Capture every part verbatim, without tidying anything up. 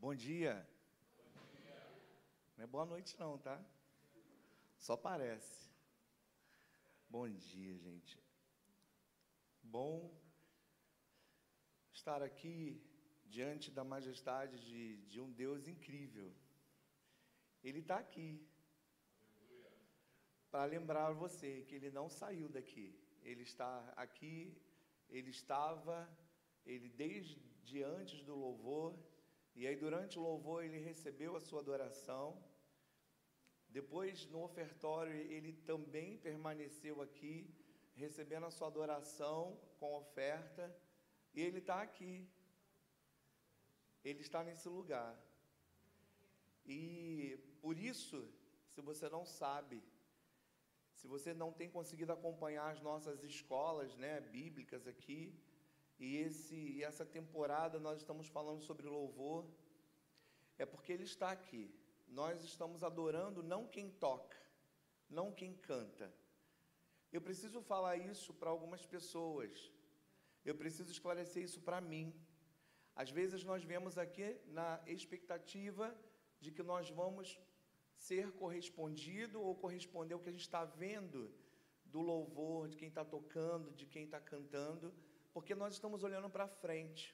Bom dia. Não é boa noite não, tá? Só parece. Bom dia, gente. Bom estar aqui diante da majestade de, de um Deus incrível. Ele está aqui para lembrar você que Ele não saiu daqui. Ele está aqui, Ele estava, Ele desde antes do louvor. E aí, durante o louvor, ele recebeu a sua adoração. Depois, no ofertório, ele também permaneceu aqui, recebendo a sua adoração com oferta. E ele está aqui. Ele está nesse lugar. E, por isso, se você não sabe, se você não tem conseguido acompanhar as nossas escolas, né, bíblicas aqui, E, esse, e essa temporada nós estamos falando sobre louvor, é porque Ele está aqui. Nós estamos adorando não quem toca, não quem canta. Eu preciso falar isso para algumas pessoas, eu preciso esclarecer isso para mim. Às vezes nós viemos aqui na expectativa de que nós vamos ser correspondido ou corresponder ao que a gente está vendo do louvor, de quem está tocando, de quem está cantando, porque nós estamos olhando para frente.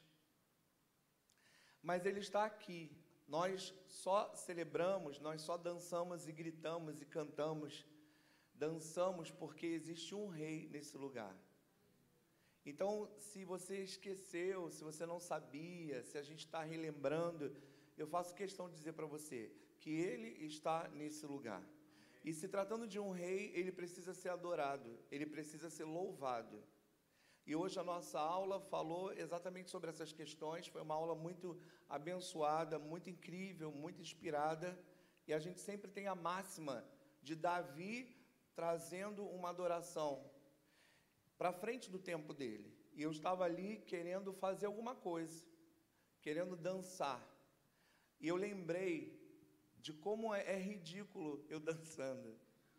Mas Ele está aqui. Nós só celebramos, nós só dançamos e gritamos e cantamos. Dançamos porque existe um rei nesse lugar. Então, se você esqueceu, se você não sabia, se a gente está relembrando, eu faço questão de dizer para você que Ele está nesse lugar. E se tratando de um rei, Ele precisa ser adorado, Ele precisa ser louvado. E hoje a nossa aula falou exatamente sobre essas questões, foi uma aula muito abençoada, muito incrível, muito inspirada, e a gente sempre tem a máxima de Davi trazendo uma adoração para frente do tempo dele. E eu estava ali querendo fazer alguma coisa, querendo dançar, e eu lembrei de como é, é ridículo eu dançando.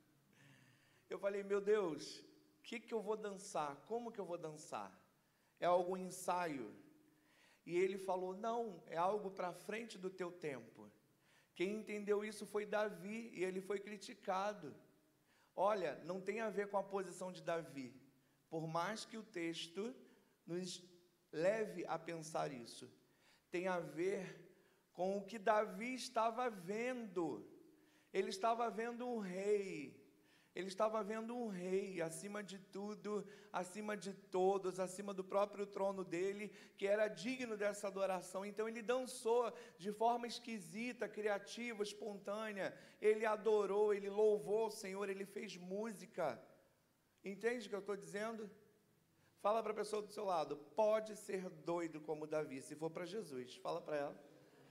Eu falei, meu Deus, o que, que eu vou dançar? Como que eu vou dançar? É algum ensaio? E ele falou, não, é algo para frente do teu tempo. Quem entendeu isso foi Davi, e ele foi criticado. Olha, não tem a ver com a posição de Davi, por mais que o texto nos leve a pensar isso, tem a ver com o que Davi estava vendo. Ele estava vendo um rei, ele estava vendo um rei acima de tudo, acima de todos, acima do próprio trono dele, que era digno dessa adoração. Então ele dançou de forma esquisita, criativa, espontânea, ele adorou, ele louvou o Senhor, ele fez música. Entende o que eu estou dizendo? Fala para a pessoa do seu lado, pode ser doido como Davi, se for para Jesus, fala para ela.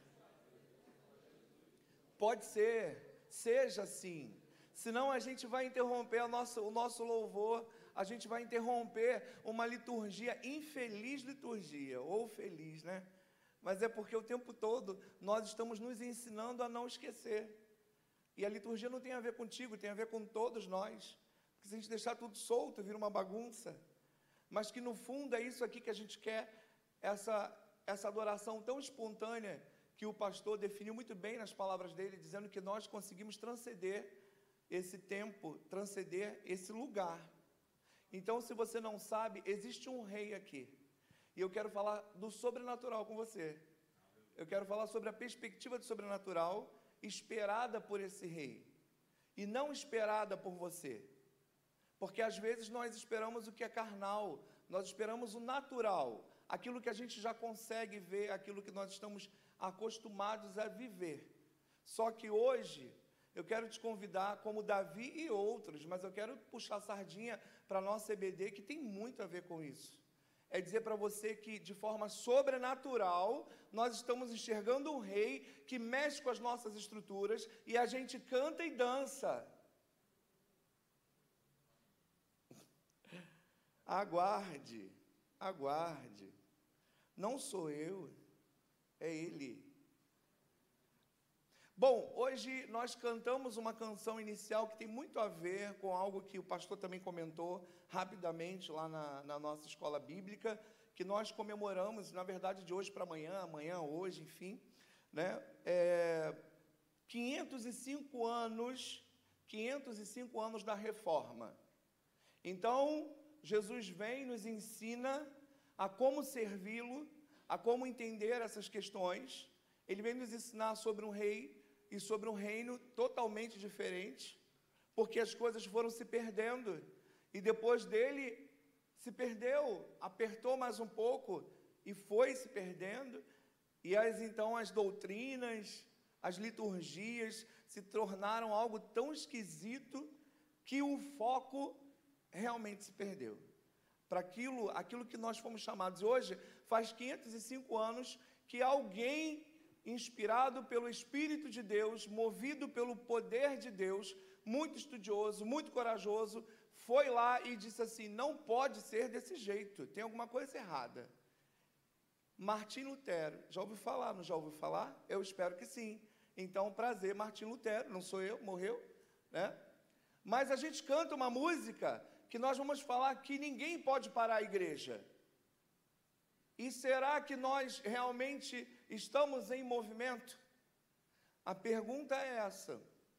Pode ser, seja assim. Senão a gente vai interromper a nossa, o nosso louvor, a gente vai interromper uma liturgia, infeliz liturgia, ou feliz, né? Mas é porque o tempo todo nós estamos nos ensinando a não esquecer. E a liturgia não tem a ver contigo, tem a ver com todos nós. Porque se a gente deixar tudo solto, vira uma bagunça. Mas que no fundo é isso aqui que a gente quer, essa, essa adoração tão espontânea, que o pastor definiu muito bem nas palavras dele, dizendo que nós conseguimos transcender esse tempo, transcender esse lugar. Então, se você não sabe, existe um rei aqui, e eu quero falar do sobrenatural com você. Eu quero falar sobre a perspectiva do sobrenatural, esperada por esse rei, e não esperada por você, porque às vezes nós esperamos o que é carnal, nós esperamos o natural, aquilo que a gente já consegue ver, aquilo que nós estamos acostumados a viver. Só que hoje eu quero te convidar, como Davi e outros, mas eu quero puxar a sardinha para a nossa E B D, que tem muito a ver com isso. É dizer para você que, de forma sobrenatural, nós estamos enxergando um rei que mexe com as nossas estruturas, e a gente canta e dança. Aguarde, aguarde. Não sou eu, é Ele. Bom, hoje nós cantamos uma canção inicial que tem muito a ver com algo que o pastor também comentou rapidamente lá na, na nossa escola bíblica, que nós comemoramos, na verdade, de hoje para amanhã, amanhã, hoje, enfim, né? É, quinhentos e cinco anos, quinhentos e cinco anos da reforma. Então, Jesus vem e nos ensina a como servi-lo, a como entender essas questões. Ele vem nos ensinar sobre um rei e sobre um reino totalmente diferente, porque as coisas foram se perdendo, e depois dele se perdeu, apertou mais um pouco, e foi se perdendo, e as, então as doutrinas, as liturgias se tornaram algo tão esquisito, que o foco realmente se perdeu. Para aquilo, aquilo que nós fomos chamados hoje, faz quinhentos e cinco anos que alguém inspirado pelo Espírito de Deus, movido pelo poder de Deus, muito estudioso, muito corajoso, foi lá e disse assim: não pode ser desse jeito, tem alguma coisa errada. Martim Lutero, já ouviu falar, não já ouviu falar? Eu espero que sim. Então, prazer, Martim Lutero, não sou eu, morreu, né? Mas a gente canta uma música que nós vamos falar que ninguém pode parar a igreja. E será que nós realmente estamos em movimento? A pergunta é essa.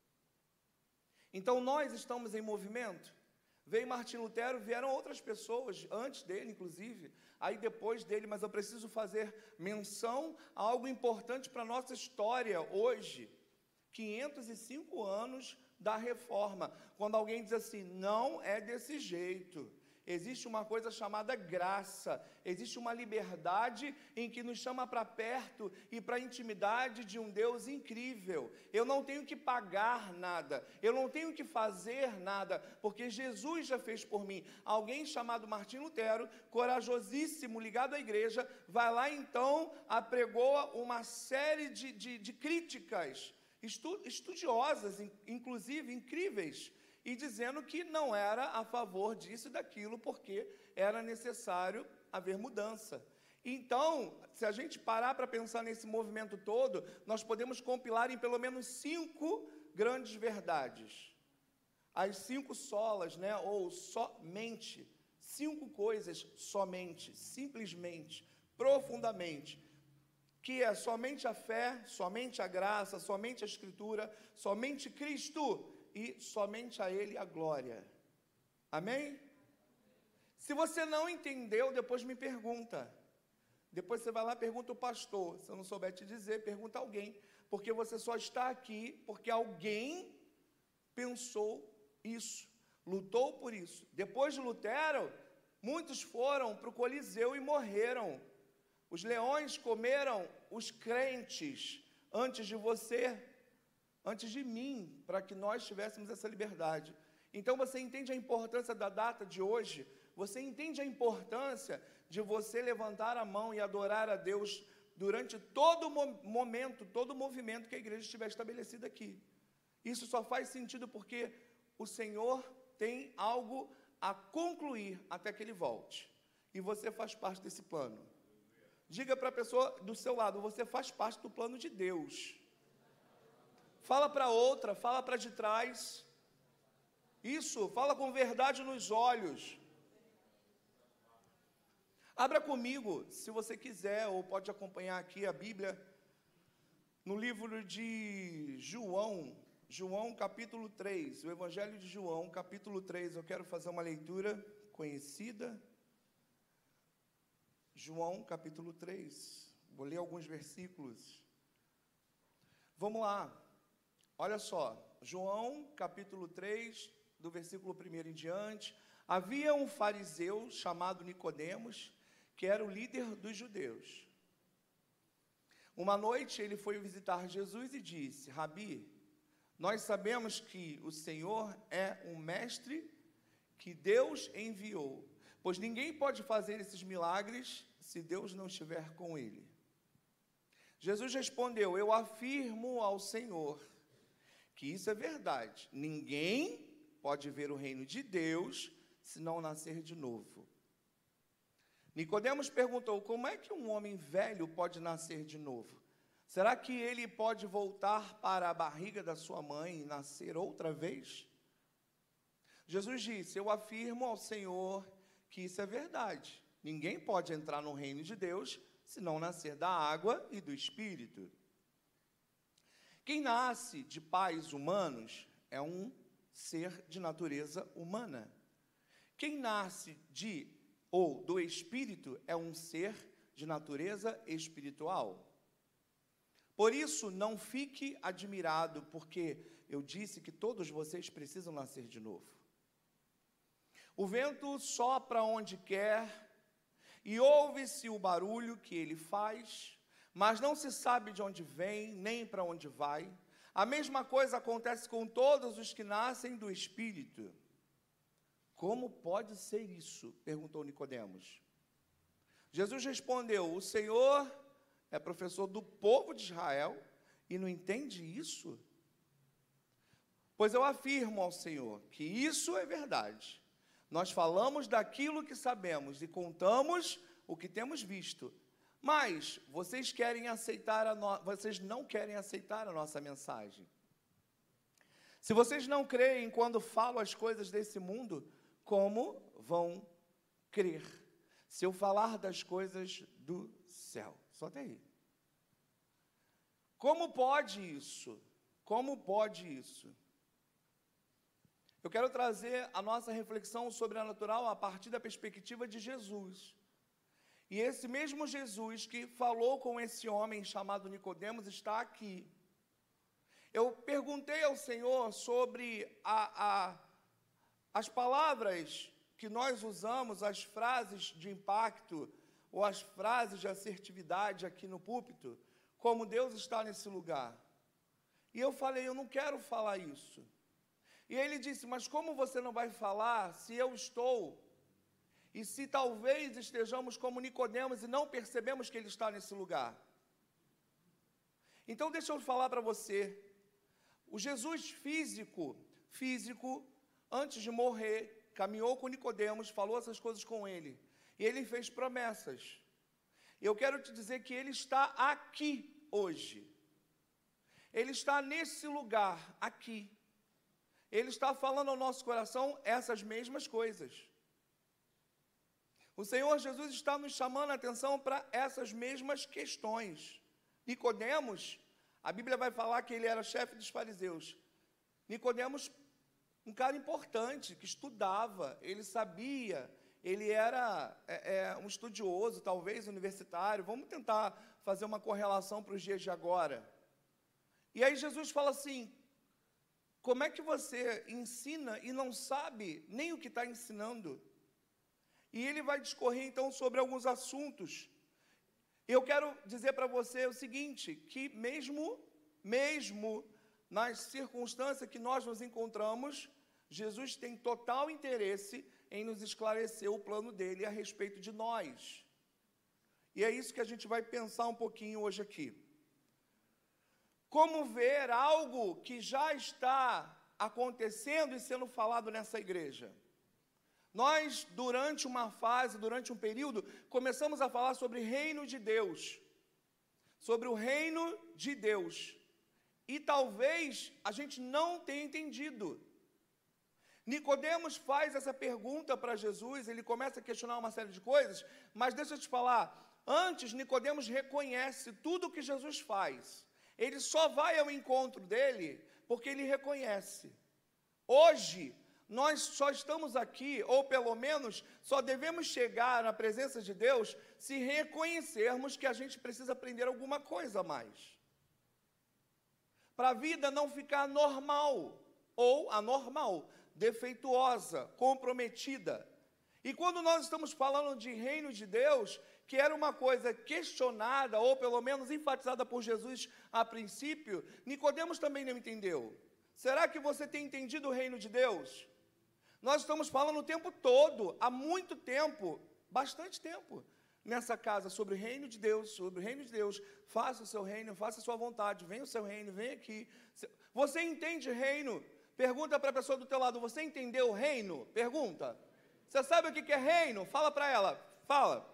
Então, nós estamos em movimento? Veio Martim Lutero, vieram outras pessoas, antes dele, inclusive, aí depois dele, mas eu preciso fazer menção a algo importante para a nossa história hoje. quinhentos e cinco anos da reforma. Quando alguém diz assim, não é desse jeito. Existe uma coisa chamada graça, existe uma liberdade em que nos chama para perto e para a intimidade de um Deus incrível. Eu não tenho que pagar nada, eu não tenho que fazer nada, porque Jesus já fez por mim. Alguém chamado Martim Lutero, corajosíssimo, ligado à igreja, vai lá então, apregoa uma série de, de, de críticas estu, estudiosas, inclusive incríveis, e dizendo que não era a favor disso e daquilo, porque era necessário haver mudança. Então, se a gente parar para pensar nesse movimento todo, nós podemos compilar em pelo menos cinco grandes verdades. As cinco solas, né, ou somente, cinco coisas somente, simplesmente, profundamente, que é somente a fé, somente a graça, somente a Escritura, somente Cristo, e somente a Ele a glória. Amém? Se você não entendeu, depois me pergunta. Depois você vai lá e pergunta o pastor. Se eu não souber te dizer, pergunta alguém. Porque você só está aqui porque alguém pensou isso, lutou por isso. Depois de Lutero, muitos foram para o Coliseu e morreram. Os leões comeram os crentes antes de você, antes de mim, para que nós tivéssemos essa liberdade. Então você entende a importância da data de hoje? Você entende a importância de você levantar a mão e adorar a Deus durante todo o momento, todo o movimento que a igreja estiver estabelecida aqui. Isso só faz sentido porque o Senhor tem algo a concluir até que Ele volte. E você faz parte desse plano. Diga para a pessoa do seu lado, você faz parte do plano de Deus. Fala para outra, fala para de trás. Isso, fala com verdade nos olhos. Abra comigo, se você quiser, ou pode acompanhar aqui a Bíblia, no livro de João, João capítulo três, o Evangelho de João, capítulo três, eu quero fazer uma leitura conhecida. João capítulo três, vou ler alguns versículos. Vamos lá. Olha só, João, capítulo três, do versículo primeiro em diante, havia um fariseu chamado Nicodemos, que era o líder dos judeus. Uma noite ele foi visitar Jesus e disse, Rabi, nós sabemos que o Senhor é um mestre que Deus enviou, pois ninguém pode fazer esses milagres se Deus não estiver com ele. Jesus respondeu, eu afirmo ao Senhor, que isso é verdade. Ninguém pode ver o reino de Deus se não nascer de novo. Nicodemos perguntou, como é que um homem velho pode nascer de novo? Será que ele pode voltar para a barriga da sua mãe e nascer outra vez? Jesus disse, eu afirmo ao Senhor que isso é verdade. Ninguém pode entrar no reino de Deus se não nascer da água e do Espírito. Quem nasce de pais humanos é um ser de natureza humana. Quem nasce de ou do Espírito é um ser de natureza espiritual. Por isso, não fique admirado, porque eu disse que todos vocês precisam nascer de novo. O vento sopra onde quer, e ouve-se o barulho que ele faz, mas não se sabe de onde vem, nem para onde vai. A mesma coisa acontece com todos os que nascem do Espírito. Como pode ser isso? Perguntou Nicodemos. Jesus respondeu: o Senhor é professor do povo de Israel e não entende isso? Pois eu afirmo ao Senhor que isso é verdade. Nós falamos daquilo que sabemos e contamos o que temos visto. Mas vocês querem aceitar a no... vocês não querem aceitar a nossa mensagem. Se vocês não creem quando falo as coisas desse mundo, como vão crer se eu falar das coisas do céu? Só até aí. Como pode isso? Como pode isso? Eu quero trazer a nossa reflexão sobrenatural a partir da perspectiva de Jesus. E esse mesmo Jesus que falou com esse homem chamado Nicodemos está aqui. Eu perguntei ao Senhor sobre a, a, as palavras que nós usamos, as frases de impacto, ou as frases de assertividade aqui no púlpito, como Deus está nesse lugar. E eu falei, eu não quero falar isso. E ele disse, mas como você não vai falar se eu estou? E se talvez estejamos como Nicodemos e não percebemos que ele está nesse lugar? Então deixa eu falar para você. O Jesus físico, físico, antes de morrer, caminhou com Nicodemos, falou essas coisas com ele. E ele fez promessas. Eu quero te dizer que ele está aqui hoje. Ele está nesse lugar, aqui. Ele está falando ao nosso coração essas mesmas coisas. O Senhor Jesus está nos chamando a atenção para essas mesmas questões. Nicodemos, a Bíblia vai falar que ele era chefe dos fariseus. Nicodemos, um cara importante, que estudava, ele sabia, ele era é, é, um estudioso, talvez universitário. Vamos tentar fazer uma correlação para os dias de agora. E aí Jesus fala assim, como é que você ensina e não sabe nem o que está ensinando? E ele vai discorrer então sobre alguns assuntos. Eu quero dizer para você o seguinte, que mesmo, mesmo nas circunstâncias que nós nos encontramos, Jesus tem total interesse em nos esclarecer o plano dele a respeito de nós. E é isso que a gente vai pensar um pouquinho hoje aqui. Como ver algo que já está acontecendo e sendo falado nessa igreja? Nós, durante uma fase, durante um período, começamos a falar sobre o reino de Deus. Sobre o reino de Deus. E talvez a gente não tenha entendido. Nicodemos faz essa pergunta para Jesus, ele começa a questionar uma série de coisas, mas deixa eu te falar, antes Nicodemos reconhece tudo o que Jesus faz. Ele só vai ao encontro dele porque ele reconhece. Hoje, nós só estamos aqui, ou pelo menos, só devemos chegar na presença de Deus se reconhecermos que a gente precisa aprender alguma coisa a mais. Para a vida não ficar normal, ou anormal, defeituosa, comprometida. E quando nós estamos falando de reino de Deus, que era uma coisa questionada, ou pelo menos enfatizada por Jesus a princípio, Nicodemos também não entendeu. Será que você tem entendido o reino de Deus? Nós estamos falando o tempo todo, há muito tempo, bastante tempo, nessa casa, sobre o reino de Deus, sobre o reino de Deus. Faça o seu reino, faça a sua vontade, venha o seu reino, vem aqui. Você entende reino? Pergunta para a pessoa do teu lado, você entendeu o reino? Pergunta. Você sabe o que é reino? Fala para ela, fala.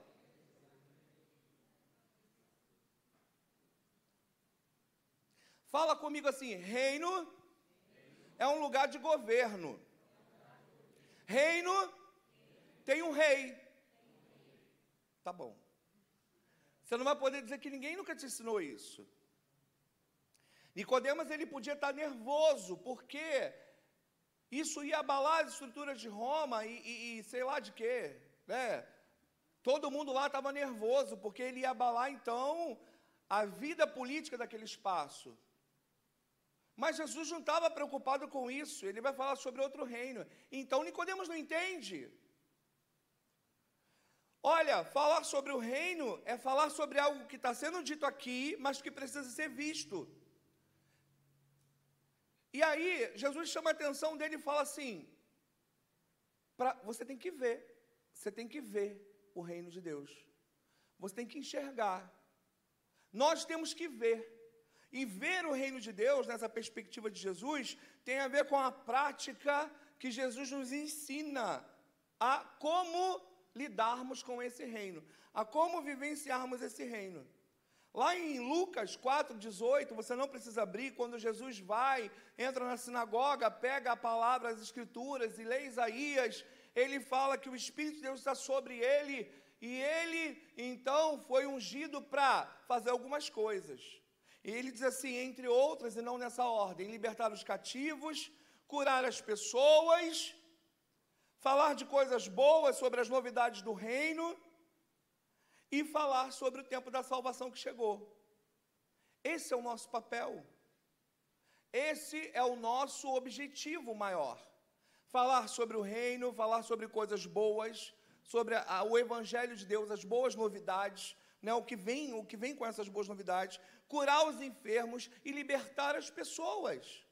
Fala comigo assim, reino é um lugar de governo. Reino tem um rei. Tá bom. Você não vai poder dizer que ninguém nunca te ensinou isso. Nicodemos, ele podia estar nervoso, porque isso ia abalar as estruturas de Roma e, e, e sei lá de quê, né? Todo mundo lá estava nervoso, porque ele ia abalar, então, a vida política daquele espaço. Mas Jesus não estava preocupado com isso, ele vai falar sobre outro reino. Então, Nicodemos não entende. Olha, falar sobre o reino é falar sobre algo que está sendo dito aqui, mas que precisa ser visto. E aí, Jesus chama a atenção dele e fala assim, pra, você tem que ver, você tem que ver o reino de Deus. Você tem que enxergar. Nós temos que ver. E ver o reino de Deus, nessa perspectiva de Jesus, tem a ver com a prática que Jesus nos ensina a como lidarmos com esse reino, a como vivenciarmos esse reino. Lá em Lucas quatro, dezoito, você não precisa abrir, quando Jesus vai, entra na sinagoga, pega a palavra, as escrituras e lê Isaías, ele fala que o Espírito de Deus está sobre ele, e ele, então, foi ungido para fazer algumas coisas. E ele diz assim, entre outras, e não nessa ordem, libertar os cativos, curar as pessoas, falar de coisas boas sobre as novidades do reino, e falar sobre o tempo da salvação que chegou. Esse é o nosso papel. Esse é o nosso objetivo maior. Falar sobre o reino, falar sobre coisas boas, sobre a, o Evangelho de Deus, as boas novidades, né, o que vem, o que vem com essas boas novidades, curar os enfermos e libertar as pessoas.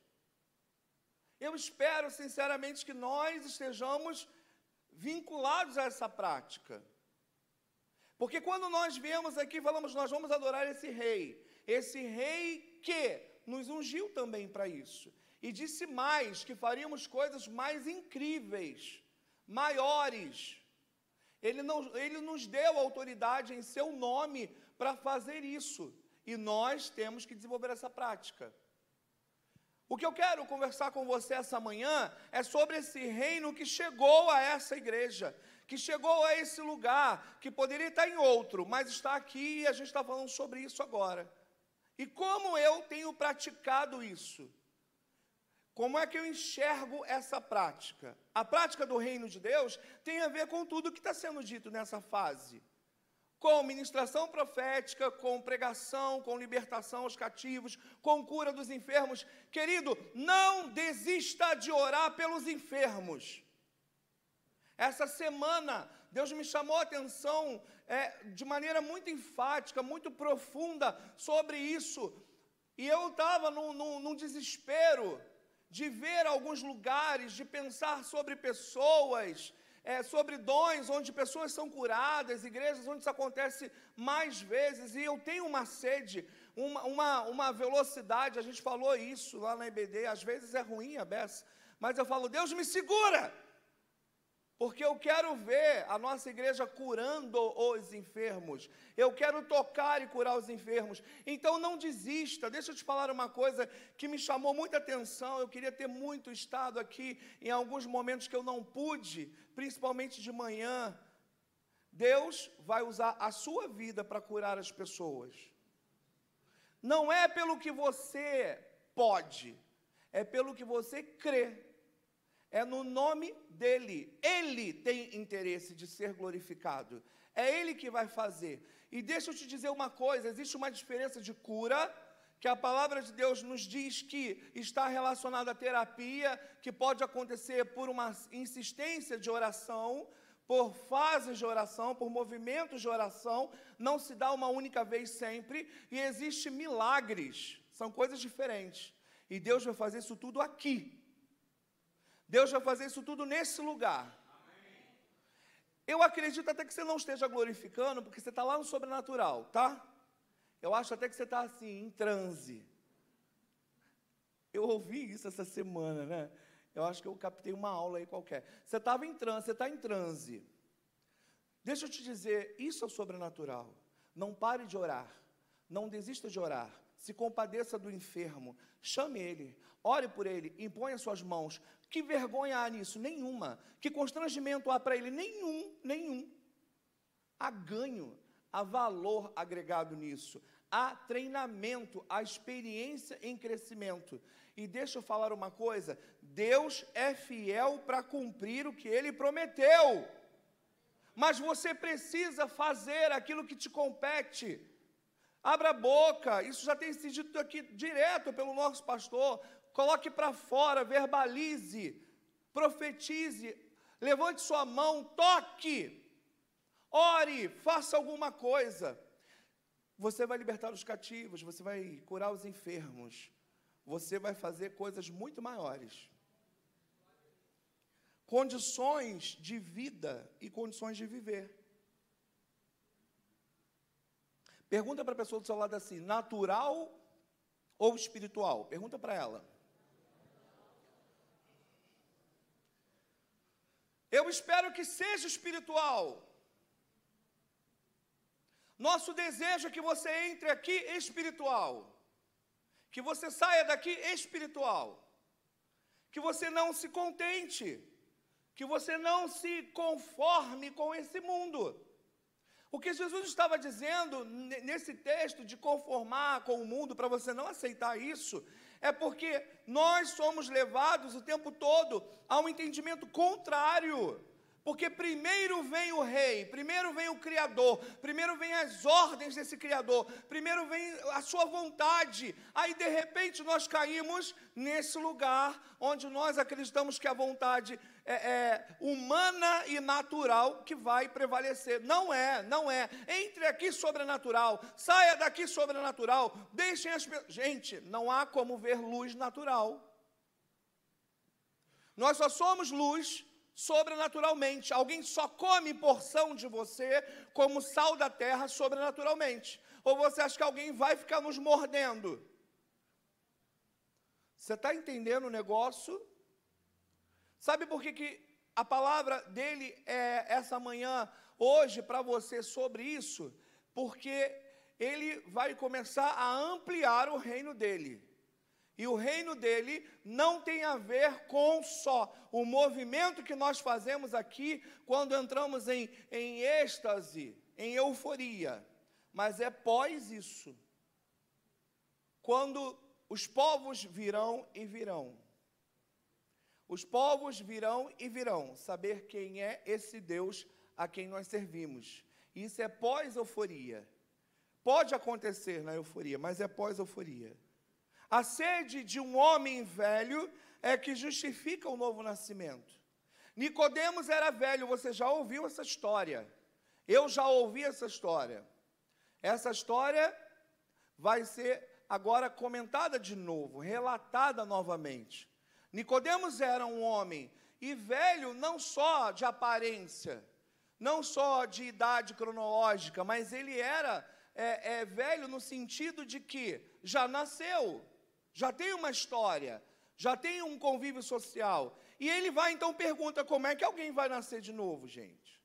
Eu espero, sinceramente, que nós estejamos vinculados a essa prática. Porque quando nós viemos aqui, falamos, nós vamos adorar esse rei, esse rei que nos ungiu também para isso. E disse mais, que faríamos coisas mais incríveis, maiores. Ele, não, ele nos deu autoridade em seu nome para fazer isso. E nós temos que desenvolver essa prática. O que eu quero conversar com você essa manhã é sobre esse reino que chegou a essa igreja, que chegou a esse lugar, que poderia estar em outro, mas está aqui e a gente está falando sobre isso agora. E como eu tenho praticado isso? Como é que eu enxergo essa prática? A prática do reino de Deus tem a ver com tudo que está sendo dito nessa fase. Com ministração profética, com pregação, com libertação aos cativos, com cura dos enfermos. Querido, não desista de orar pelos enfermos. Essa semana, Deus me chamou a atenção é, de maneira muito enfática, muito profunda sobre isso. E eu estava num, num, num desespero de ver alguns lugares, de pensar sobre pessoas, é, sobre dons, onde pessoas são curadas, igrejas onde isso acontece mais vezes, e eu tenho uma sede, uma, uma, uma velocidade, a gente falou isso lá na I B D, às vezes é ruim a beça, mas eu falo, Deus me segura, porque eu quero ver a nossa igreja curando os enfermos, eu quero tocar e curar os enfermos, então não desista. Deixa eu te falar uma coisa que me chamou muita atenção, eu queria ter muito estado aqui, em alguns momentos que eu não pude, principalmente de manhã. Deus vai usar a sua vida para curar as pessoas, não é pelo que você pode, é pelo que você crê. É no nome dEle. Ele tem interesse de ser glorificado. É Ele que vai fazer. E deixa eu te dizer uma coisa, existe uma diferença de cura, que a palavra de Deus nos diz que está relacionada à terapia, que pode acontecer por uma insistência de oração, por fases de oração, por movimentos de oração, não se dá uma única vez sempre, e existe milagres, são coisas diferentes. E Deus vai fazer isso tudo aqui. Deus vai fazer isso tudo nesse lugar. Amém. Eu acredito até que você não esteja glorificando, porque você está lá no sobrenatural, tá? Eu acho até que você está assim, em transe. Eu ouvi isso essa semana, né? Eu acho que eu captei uma aula aí qualquer. Você estava em transe, você está em transe. Deixa eu te dizer, isso é o sobrenatural. Não pare de orar. Não desista de orar. Se compadeça do enfermo. Chame ele. Ore por ele. Imponha suas mãos. Que vergonha há nisso? Nenhuma. Que constrangimento há para ele? Nenhum, nenhum. Há ganho, há valor agregado nisso. a treinamento, a experiência em crescimento. E deixa eu falar uma coisa, Deus é fiel para cumprir o que Ele prometeu. Mas você precisa fazer aquilo que te compete. Abra a boca, isso já tem sido dito aqui direto pelo nosso pastor. Coloque para fora, verbalize, profetize, levante sua mão, toque, ore, faça alguma coisa. Você vai libertar os cativos, você vai curar os enfermos, você vai fazer coisas muito maiores. Condições de vida e condições de viver. Pergunta para a pessoa do seu lado assim, natural ou espiritual? Pergunta para ela. Eu espero que seja espiritual. Nosso desejo é que você entre aqui espiritual. Que você saia daqui espiritual. Que você não se contente. Que você não se conforme com esse mundo. O que Jesus estava dizendo nesse texto de conformar com o mundo, para você não aceitar isso, é porque nós somos levados o tempo todo a um entendimento contrário. Porque primeiro vem o rei, primeiro vem o Criador, primeiro vem as ordens desse Criador, primeiro vem a sua vontade. Aí, de repente, nós caímos nesse lugar onde nós acreditamos que a vontade é, é humana e natural que vai prevalecer. Não é, não é. Entre aqui sobrenatural, saia daqui sobrenatural, deixem as pessoas... Gente, não há como ver luz natural. Nós só somos luz sobrenaturalmente. Alguém só come porção de você como sal da terra sobrenaturalmente. Ou você acha que alguém vai ficar nos mordendo? Você está entendendo o negócio? Sabe por que, que a palavra dele é essa manhã, hoje, para você sobre isso? Porque ele vai começar a ampliar o reino dele. E o reino dele não tem a ver com só o movimento que nós fazemos aqui quando entramos em, em êxtase, em euforia. Mas é pós isso. Quando os povos virão e virão. Os povos virão e virão saber quem é esse Deus a quem nós servimos. Isso é pós-euforia. Pode acontecer na euforia, mas é pós-euforia. A sede de um homem velho é que justifica o novo nascimento. Nicodemos era velho, você já ouviu essa história. Eu já ouvi essa história. Essa história vai ser agora comentada de novo, relatada novamente. Nicodemos era um homem, e velho não só de aparência, não só de idade cronológica, mas ele era é, é, velho no sentido de que já nasceu. Já tem uma história, já tem um convívio social. E ele vai, então, pergunta, como é que alguém vai nascer de novo, gente?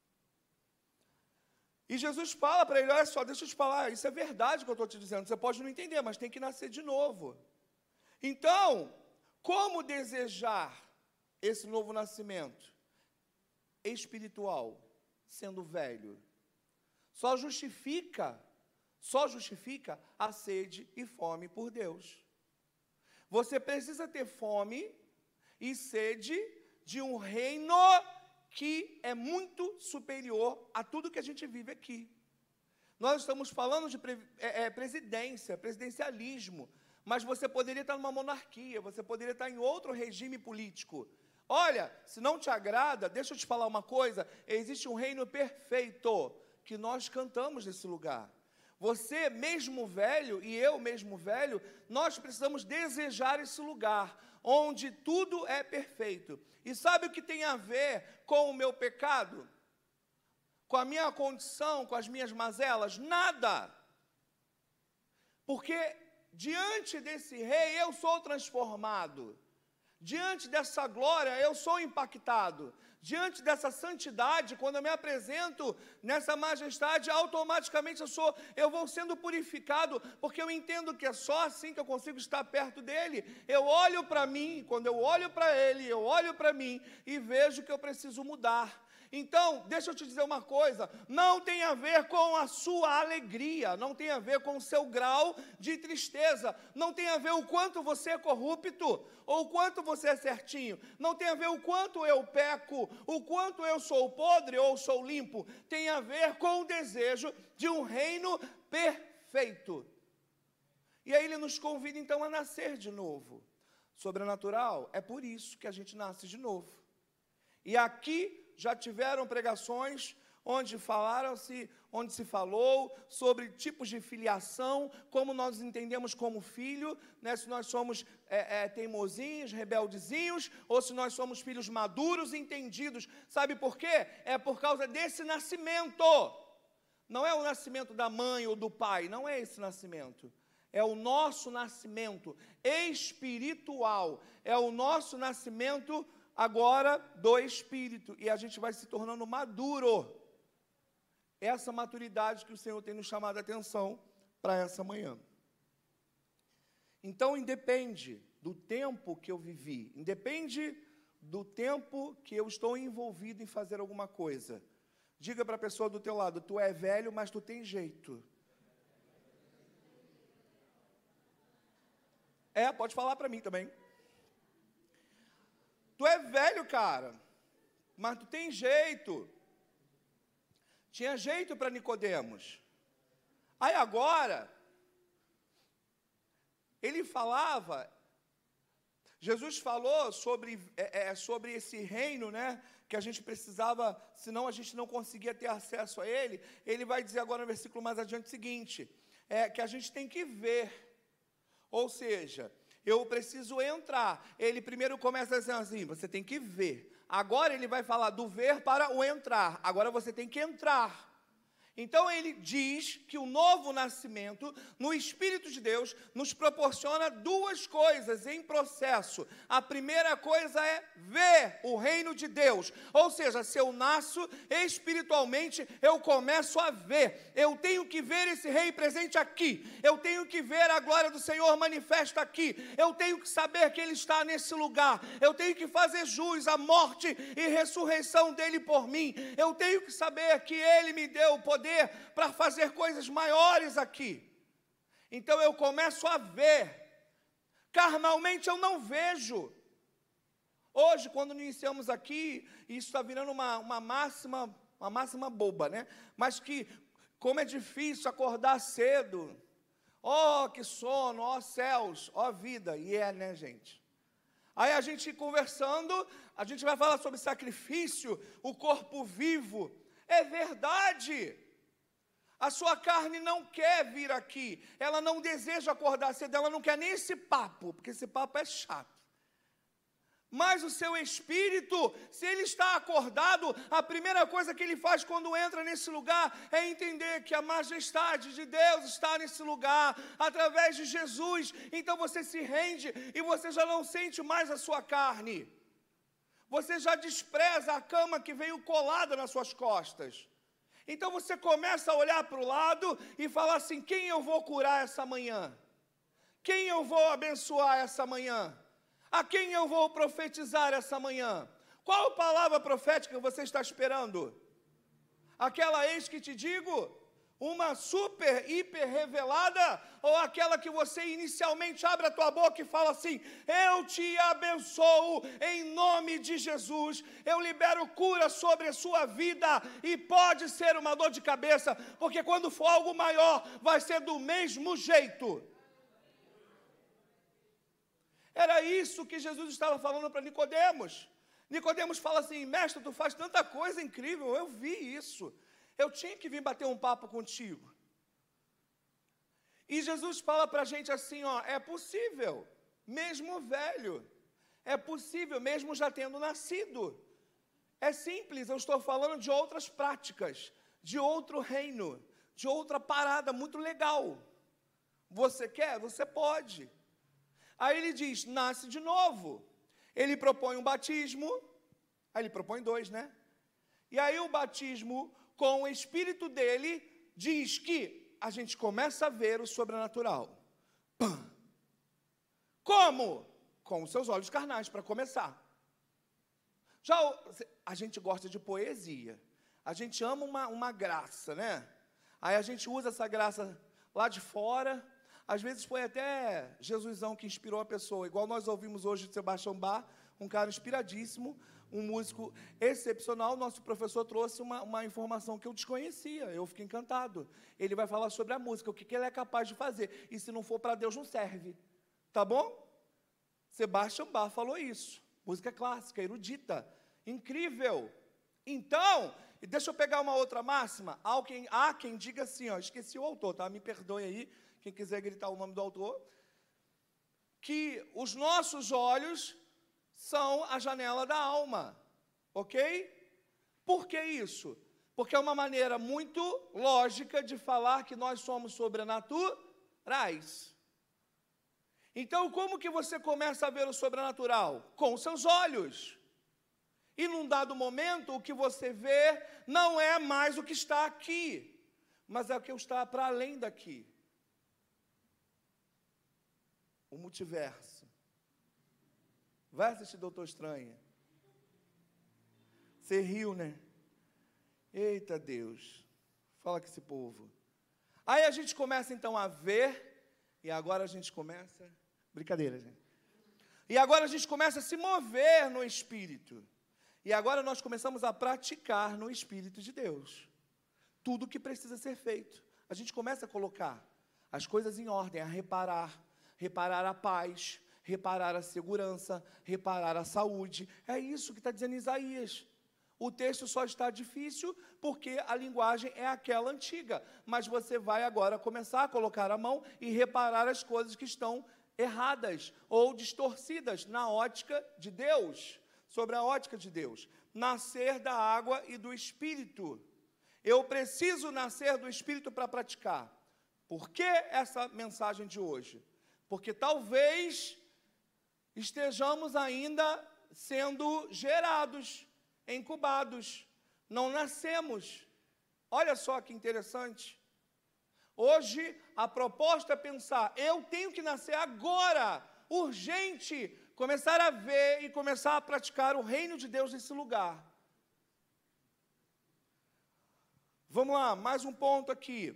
E Jesus fala para ele, olha só, deixa eu te falar, isso é verdade que eu estou te dizendo, você pode não entender, mas tem que nascer de novo. Então, como desejar esse novo nascimento? Espiritual, sendo velho. Só justifica, só justifica a sede e fome por Deus. Você precisa ter fome e sede de um reino que é muito superior a tudo que a gente vive aqui. Nós estamos falando de pre, é, é, presidência, presidencialismo, mas você poderia estar numa monarquia, você poderia estar em outro regime político. Olha, se não te agrada, deixa eu te falar uma coisa, existe um reino perfeito que nós cantamos nesse lugar. Você mesmo velho e eu mesmo velho, nós precisamos desejar esse lugar, onde tudo é perfeito. E sabe o que tem a ver com o meu pecado? Com a minha condição, com as minhas mazelas? Nada! Porque diante desse rei eu sou transformado. Diante dessa glória eu sou impactado. Diante dessa santidade, quando eu me apresento nessa majestade, automaticamente eu, sou, eu vou sendo purificado, porque eu entendo que é só assim que eu consigo estar perto dele. Eu olho para mim, quando eu olho para ele, eu olho para mim e vejo que eu preciso mudar. Então, deixa eu te dizer uma coisa, não tem a ver com a sua alegria, não tem a ver com o seu grau de tristeza, não tem a ver o quanto você é corrupto, ou o quanto você é certinho, não tem a ver o quanto eu peco, o quanto eu sou podre ou sou limpo, tem a ver com o desejo de um reino perfeito. E aí ele nos convida então a nascer de novo. Sobrenatural, é por isso que a gente nasce de novo. E aqui já tiveram pregações onde falaram-se, onde se falou sobre tipos de filiação, como nós entendemos como filho, né, se nós somos é, é, teimosinhos, rebeldezinhos, ou se nós somos filhos maduros e entendidos. Sabe por quê? É por causa desse nascimento. Não é o nascimento da mãe ou do pai, não é esse nascimento. É o nosso nascimento espiritual, é o nosso nascimento agora do Espírito, e a gente vai se tornando maduro. Essa maturidade que o Senhor tem nos chamado a atenção para essa manhã. Então, independe do tempo que eu vivi, independe do tempo que eu estou envolvido em fazer alguma coisa. Diga para a pessoa do teu lado, tu é velho, mas tu tem jeito. É, pode falar para mim também. Tu é velho, cara, mas tu tem jeito. Tinha jeito para Nicodemos. Aí agora, ele falava, Jesus falou sobre, é, é, sobre esse reino, né, que a gente precisava, senão a gente não conseguia ter acesso a ele. Ele vai dizer agora no versículo mais adiante o seguinte, é, que a gente tem que ver, ou seja, eu preciso entrar. Ele primeiro começa dizendo assim, você tem que ver. Agora ele vai falar do ver para o entrar. Agora você tem que entrar. Então ele diz que o novo nascimento no Espírito de Deus nos proporciona duas coisas em processo. A primeira coisa é ver o reino de Deus. Ou seja, se eu nasço espiritualmente, eu começo a ver. Eu tenho que ver esse rei presente aqui. Eu tenho que ver a glória do Senhor manifesta aqui. Eu tenho que saber que Ele está nesse lugar. Eu tenho que fazer jus à morte e ressurreição dEle por mim. Eu tenho que saber que Ele me deu o poder para fazer coisas maiores aqui. Então eu começo a ver. Carnalmente eu não vejo. Hoje, quando iniciamos aqui, isso está virando uma, uma máxima, uma máxima boba, né? Mas que, como é difícil acordar cedo. Oh, que sono, ó céus, ó vida. E é, né, gente? Aí a gente conversando, a gente vai falar sobre sacrifício, o corpo vivo. É verdade. A sua carne não quer vir aqui, ela não deseja acordar cedo, ela não quer nem esse papo, porque esse papo é chato. Mas o seu espírito, se ele está acordado, a primeira coisa que ele faz quando entra nesse lugar é entender que a majestade de Deus está nesse lugar, através de Jesus. Então você se rende e você já não sente mais a sua carne. Você já despreza a cama que veio colada nas suas costas. Então você começa a olhar para o lado e falar assim, quem eu vou curar essa manhã? Quem eu vou abençoar essa manhã? A quem eu vou profetizar essa manhã? Qual palavra profética você está esperando? Aquela eis que te digo? Uma super, hiper revelada? Ou aquela que você inicialmente abre a tua boca e fala assim, eu te abençoo em nome de Jesus, eu libero cura sobre a sua vida, e pode ser uma dor de cabeça, porque quando for algo maior, vai ser do mesmo jeito. Era isso que Jesus estava falando para Nicodemos. Nicodemos fala assim, mestre, tu faz tanta coisa incrível, eu vi isso. Eu tinha que vir bater um papo contigo. E Jesus fala para a gente assim, ó, é possível, mesmo velho. É possível, mesmo já tendo nascido. É simples, eu estou falando de outras práticas, de outro reino, de outra parada muito legal. Você quer? Você pode. Aí ele diz, nasce de novo. Ele propõe um batismo, aí ele propõe dois, né? E aí o batismo com o Espírito dele diz que a gente começa a ver o sobrenatural. Pã. Como? Com os seus olhos carnais, para começar. Já a gente gosta de poesia, a gente ama uma, uma graça, né? Aí a gente usa essa graça lá de fora, às vezes foi até Jesusão que inspirou a pessoa, igual nós ouvimos hoje de Sebastião Bach, um cara inspiradíssimo, um músico excepcional. Nosso professor trouxe uma, uma informação que eu desconhecia, eu fiquei encantado. Ele vai falar sobre a música, o que, que ele é capaz de fazer, e se não for para Deus não serve, tá bom? Sebastião Bach falou isso, música clássica, erudita, incrível. Então, deixa eu pegar uma outra máxima, há quem, há quem diga assim, ó, esqueci o autor, tá? Me perdoe aí, quem quiser gritar o nome do autor, que os nossos olhos são a janela da alma, ok? Por que isso? Porque é uma maneira muito lógica de falar que nós somos sobrenaturais. Então, como que você começa a ver o sobrenatural? Com os seus olhos. E num dado momento, o que você vê não é mais o que está aqui, mas é o que está para além daqui. O multiverso. Vai assistir Doutor Estranho. Você riu, né? Eita Deus. Fala com esse povo. Aí a gente começa então a ver, e agora a gente começa... Brincadeira, gente. E agora a gente começa a se mover no Espírito. E agora nós começamos a praticar no Espírito de Deus. Tudo que precisa ser feito. A gente começa a colocar as coisas em ordem, a reparar. Reparar a paz, reparar a segurança, reparar a saúde. É isso que está dizendo Isaías. O texto só está difícil porque a linguagem é aquela antiga. Mas você vai agora começar a colocar a mão e reparar as coisas que estão erradas ou distorcidas na ótica de Deus, sobre a ótica de Deus. Nascer da água e do Espírito. Eu preciso nascer do Espírito para praticar. Por que essa mensagem de hoje? Porque talvez estejamos ainda sendo gerados, incubados, não nascemos. Olha só que interessante. Hoje, a proposta é pensar, eu tenho que nascer agora, urgente, começar a ver e começar a praticar o reino de Deus nesse lugar. Vamos lá, mais um ponto aqui.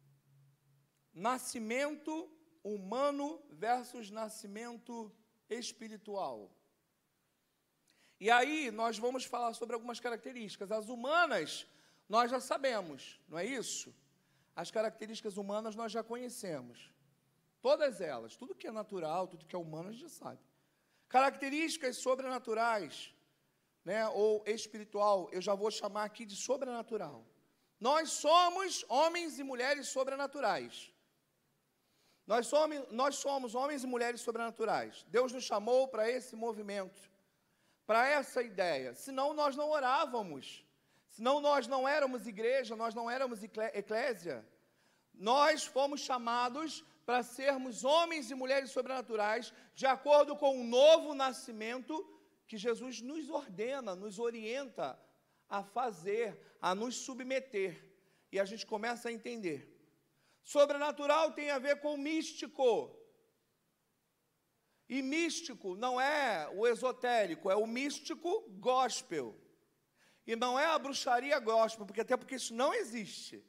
Nascimento humano versus nascimento espiritual. E aí, nós vamos falar sobre algumas características. As humanas, nós já sabemos, não é isso? As características humanas nós já conhecemos. Todas elas, tudo que é natural, tudo que é humano, a gente já sabe. Características sobrenaturais, né, ou espiritual, eu já vou chamar aqui de sobrenatural. Nós somos homens e mulheres sobrenaturais. Nós somos, nós somos homens e mulheres sobrenaturais. Deus nos chamou para esse movimento, para essa ideia. Senão nós não orávamos. Senão nós não éramos igreja, nós não éramos eclésia. Nós fomos chamados para sermos homens e mulheres sobrenaturais, de acordo com o novo nascimento que Jesus nos ordena, nos orienta a fazer, a nos submeter. E a gente começa a entender. Sobrenatural tem a ver com místico. E místico não é o esotérico, é o místico gospel. E não é a bruxaria gospel, porque até porque isso não existe.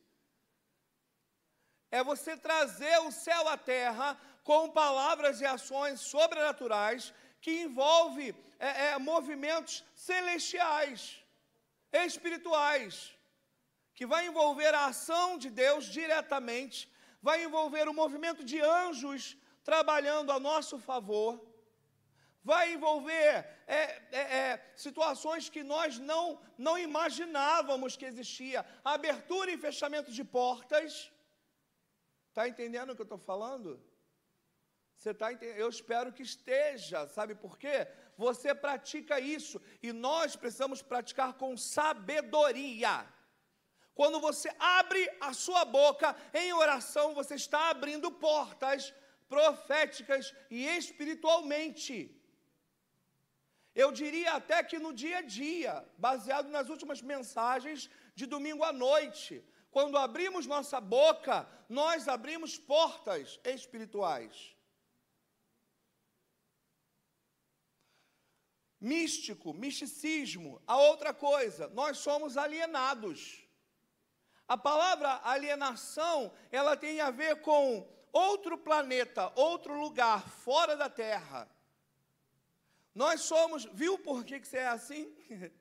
É você trazer o céu à terra com palavras e ações sobrenaturais que envolve é, é, movimentos celestiais, espirituais, que vai envolver a ação de Deus diretamente, vai envolver o movimento de anjos trabalhando a nosso favor, vai envolver é, é, é, situações que nós não, não imaginávamos que existia, abertura e fechamento de portas. Está entendendo o que eu estou falando? Você está entendendo? Eu espero que esteja, sabe por quê? Você pratica isso, e nós precisamos praticar com sabedoria. Quando você abre a sua boca em oração, você está abrindo portas proféticas e espiritualmente. Eu diria até que no dia a dia, baseado nas últimas mensagens de domingo à noite, quando abrimos nossa boca, nós abrimos portas espirituais. místico, misticismo. A outra coisa, nós somos alienados. A palavra alienação, ela tem a ver com outro planeta, outro lugar, fora da Terra. Nós somos, viu por que que você é assim?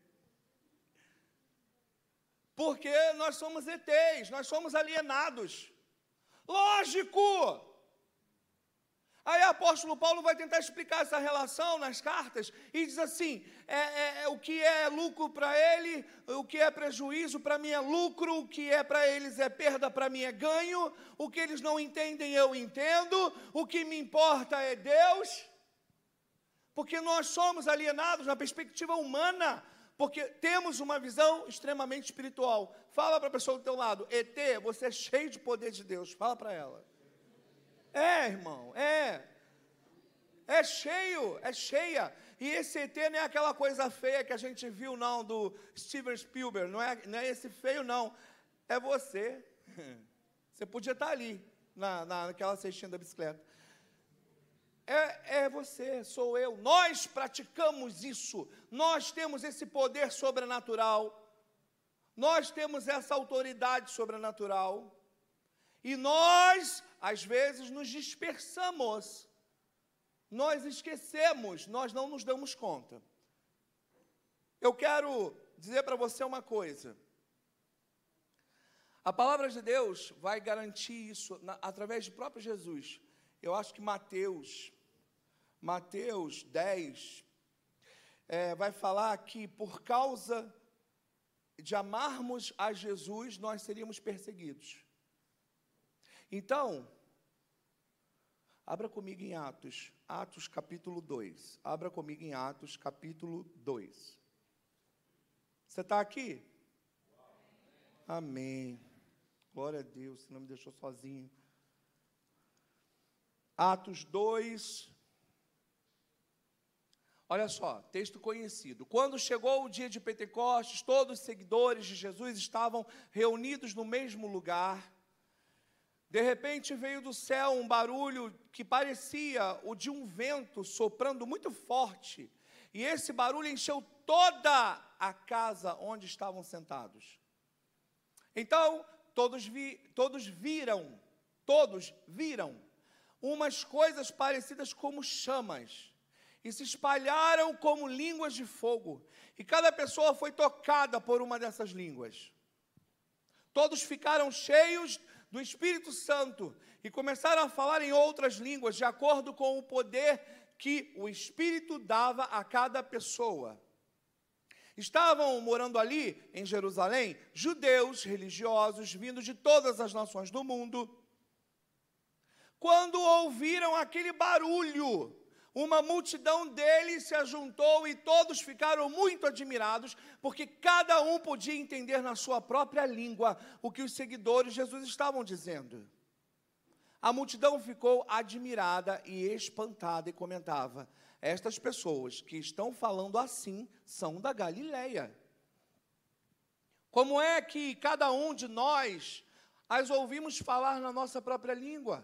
Porque nós somos E Tês, nós somos alienados. Lógico! Aí o apóstolo Paulo vai tentar explicar essa relação nas cartas e diz assim, é, é, é, o que é lucro para ele, o que é prejuízo para mim é lucro, o que é para eles é perda, para mim é ganho, o que eles não entendem eu entendo, o que me importa é Deus, porque nós somos alienados na perspectiva humana, porque temos uma visão extremamente espiritual. Fala para a pessoa do teu lado, E T, você é cheio de poder de Deus, fala para ela. É, irmão, é, é cheio, é cheia, e esse E T não é aquela coisa feia que a gente viu, não, do Steven Spielberg, não é, não é esse feio, não, é você, você podia estar ali, na, naquela cestinha da bicicleta, é, é você, sou eu, nós praticamos isso, nós temos esse poder sobrenatural, nós temos essa autoridade sobrenatural, e nós, às vezes, nos dispersamos, nós esquecemos, nós não nos damos conta. Eu quero dizer para você uma coisa, a palavra de Deus vai garantir isso na, através do próprio Jesus. Eu acho que Mateus, Mateus dez, é, vai falar que por causa de amarmos a Jesus, nós seríamos perseguidos. Então, abra comigo em Atos, Atos capítulo dois. Abra comigo em Atos capítulo dois. Você está aqui? Amém. Glória a Deus, você não me deixou sozinho. Atos dois. Olha só, texto conhecido. Quando chegou o dia de Pentecostes, todos os seguidores de Jesus estavam reunidos no mesmo lugar. De repente veio do céu um barulho que parecia o de um vento soprando muito forte. E esse barulho encheu toda a casa onde estavam sentados. Então, todos, vi, todos viram, todos viram umas coisas parecidas como chamas. E se espalharam como línguas de fogo. E cada pessoa foi tocada por uma dessas línguas. Todos ficaram cheios do Espírito Santo, e começaram a falar em outras línguas, de acordo com o poder que o Espírito dava a cada pessoa. Estavam morando ali, em Jerusalém, judeus religiosos, vindos de todas as nações do mundo. Quando ouviram aquele barulho, uma multidão deles se ajuntou e todos ficaram muito admirados, porque cada um podia entender na sua própria língua o que os seguidores de Jesus estavam dizendo. A multidão ficou admirada e espantada e comentava, estas pessoas que estão falando assim são da Galileia. Como é que cada um de nós as ouvimos falar na nossa própria língua?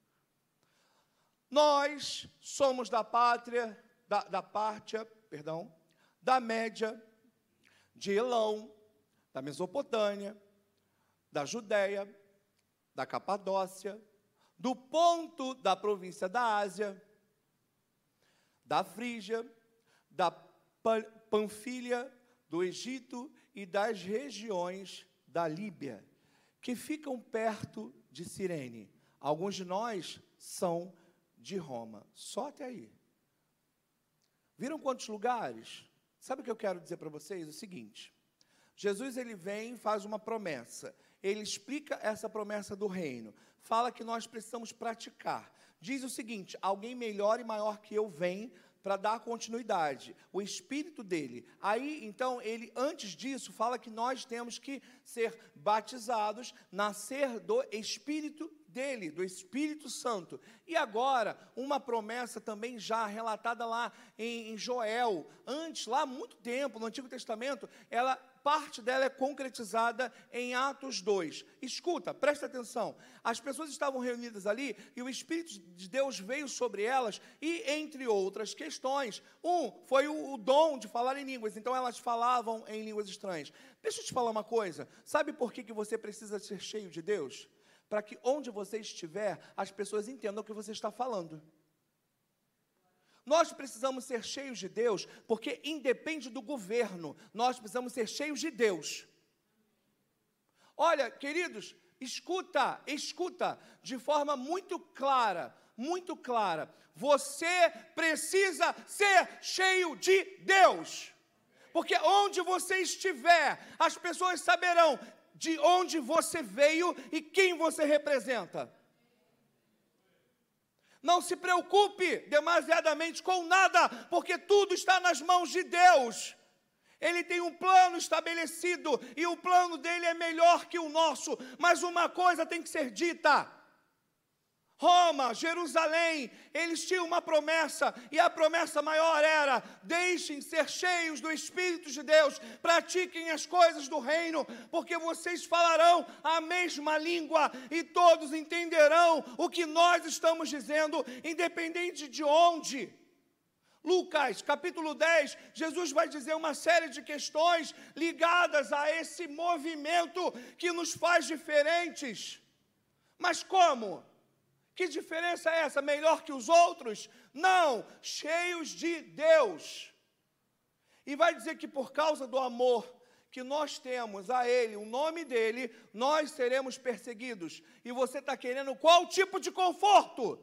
Nós somos da pátria, da, da Pártia, perdão, da Média, de Elão, da Mesopotâmia, da Judéia, da Capadócia, do Ponto da província da Ásia, da Frígia, da Panfilha, do Egito e das regiões da Líbia, que ficam perto de Cirene. Alguns de nós são de Roma, só até aí. Viram quantos lugares? Sabe o que eu quero dizer para vocês? O seguinte, Jesus ele vem e faz uma promessa, ele explica essa promessa do reino, fala que nós precisamos praticar, diz o seguinte, alguém melhor e maior que eu vem para dar continuidade, o Espírito dele, aí então ele antes disso fala que nós temos que ser batizados, nascer do Espírito dele, do Espírito Santo. E agora, uma promessa também já relatada lá em, em Joel, antes, lá há muito tempo, no Antigo Testamento, ela parte dela é concretizada em Atos dois. Escuta, presta atenção. As pessoas estavam reunidas ali e o Espírito de Deus veio sobre elas e, entre outras questões, um foi o, o dom de falar em línguas. Então, elas falavam em línguas estranhas. Deixa eu te falar uma coisa. Sabe por que, que você precisa ser cheio de Deus? Para que onde você estiver, as pessoas entendam o que você está falando. Nós precisamos ser cheios de Deus, porque independe do governo, nós precisamos ser cheios de Deus. Olha, queridos, escuta, escuta, de forma muito clara, muito clara, você precisa ser cheio de Deus, porque onde você estiver, as pessoas saberão de onde você veio e quem você representa. Não se preocupe demasiadamente com nada, porque tudo está nas mãos de Deus. Ele tem um plano estabelecido, e o plano dele é melhor que o nosso, mas uma coisa tem que ser dita. Roma, Jerusalém, eles tinham uma promessa, e a promessa maior era: deixem ser cheios do Espírito de Deus, pratiquem as coisas do reino, porque vocês falarão a mesma língua, e todos entenderão o que nós estamos dizendo, independente de onde. Lucas, capítulo dez, Jesus vai dizer uma série de questões ligadas a esse movimento que nos faz diferentes. Mas como? Que diferença é essa? Melhor que os outros? Não, cheios de Deus. E vai dizer que por causa do amor que nós temos a Ele, o nome dEle, nós seremos perseguidos. E você está querendo qual tipo de conforto?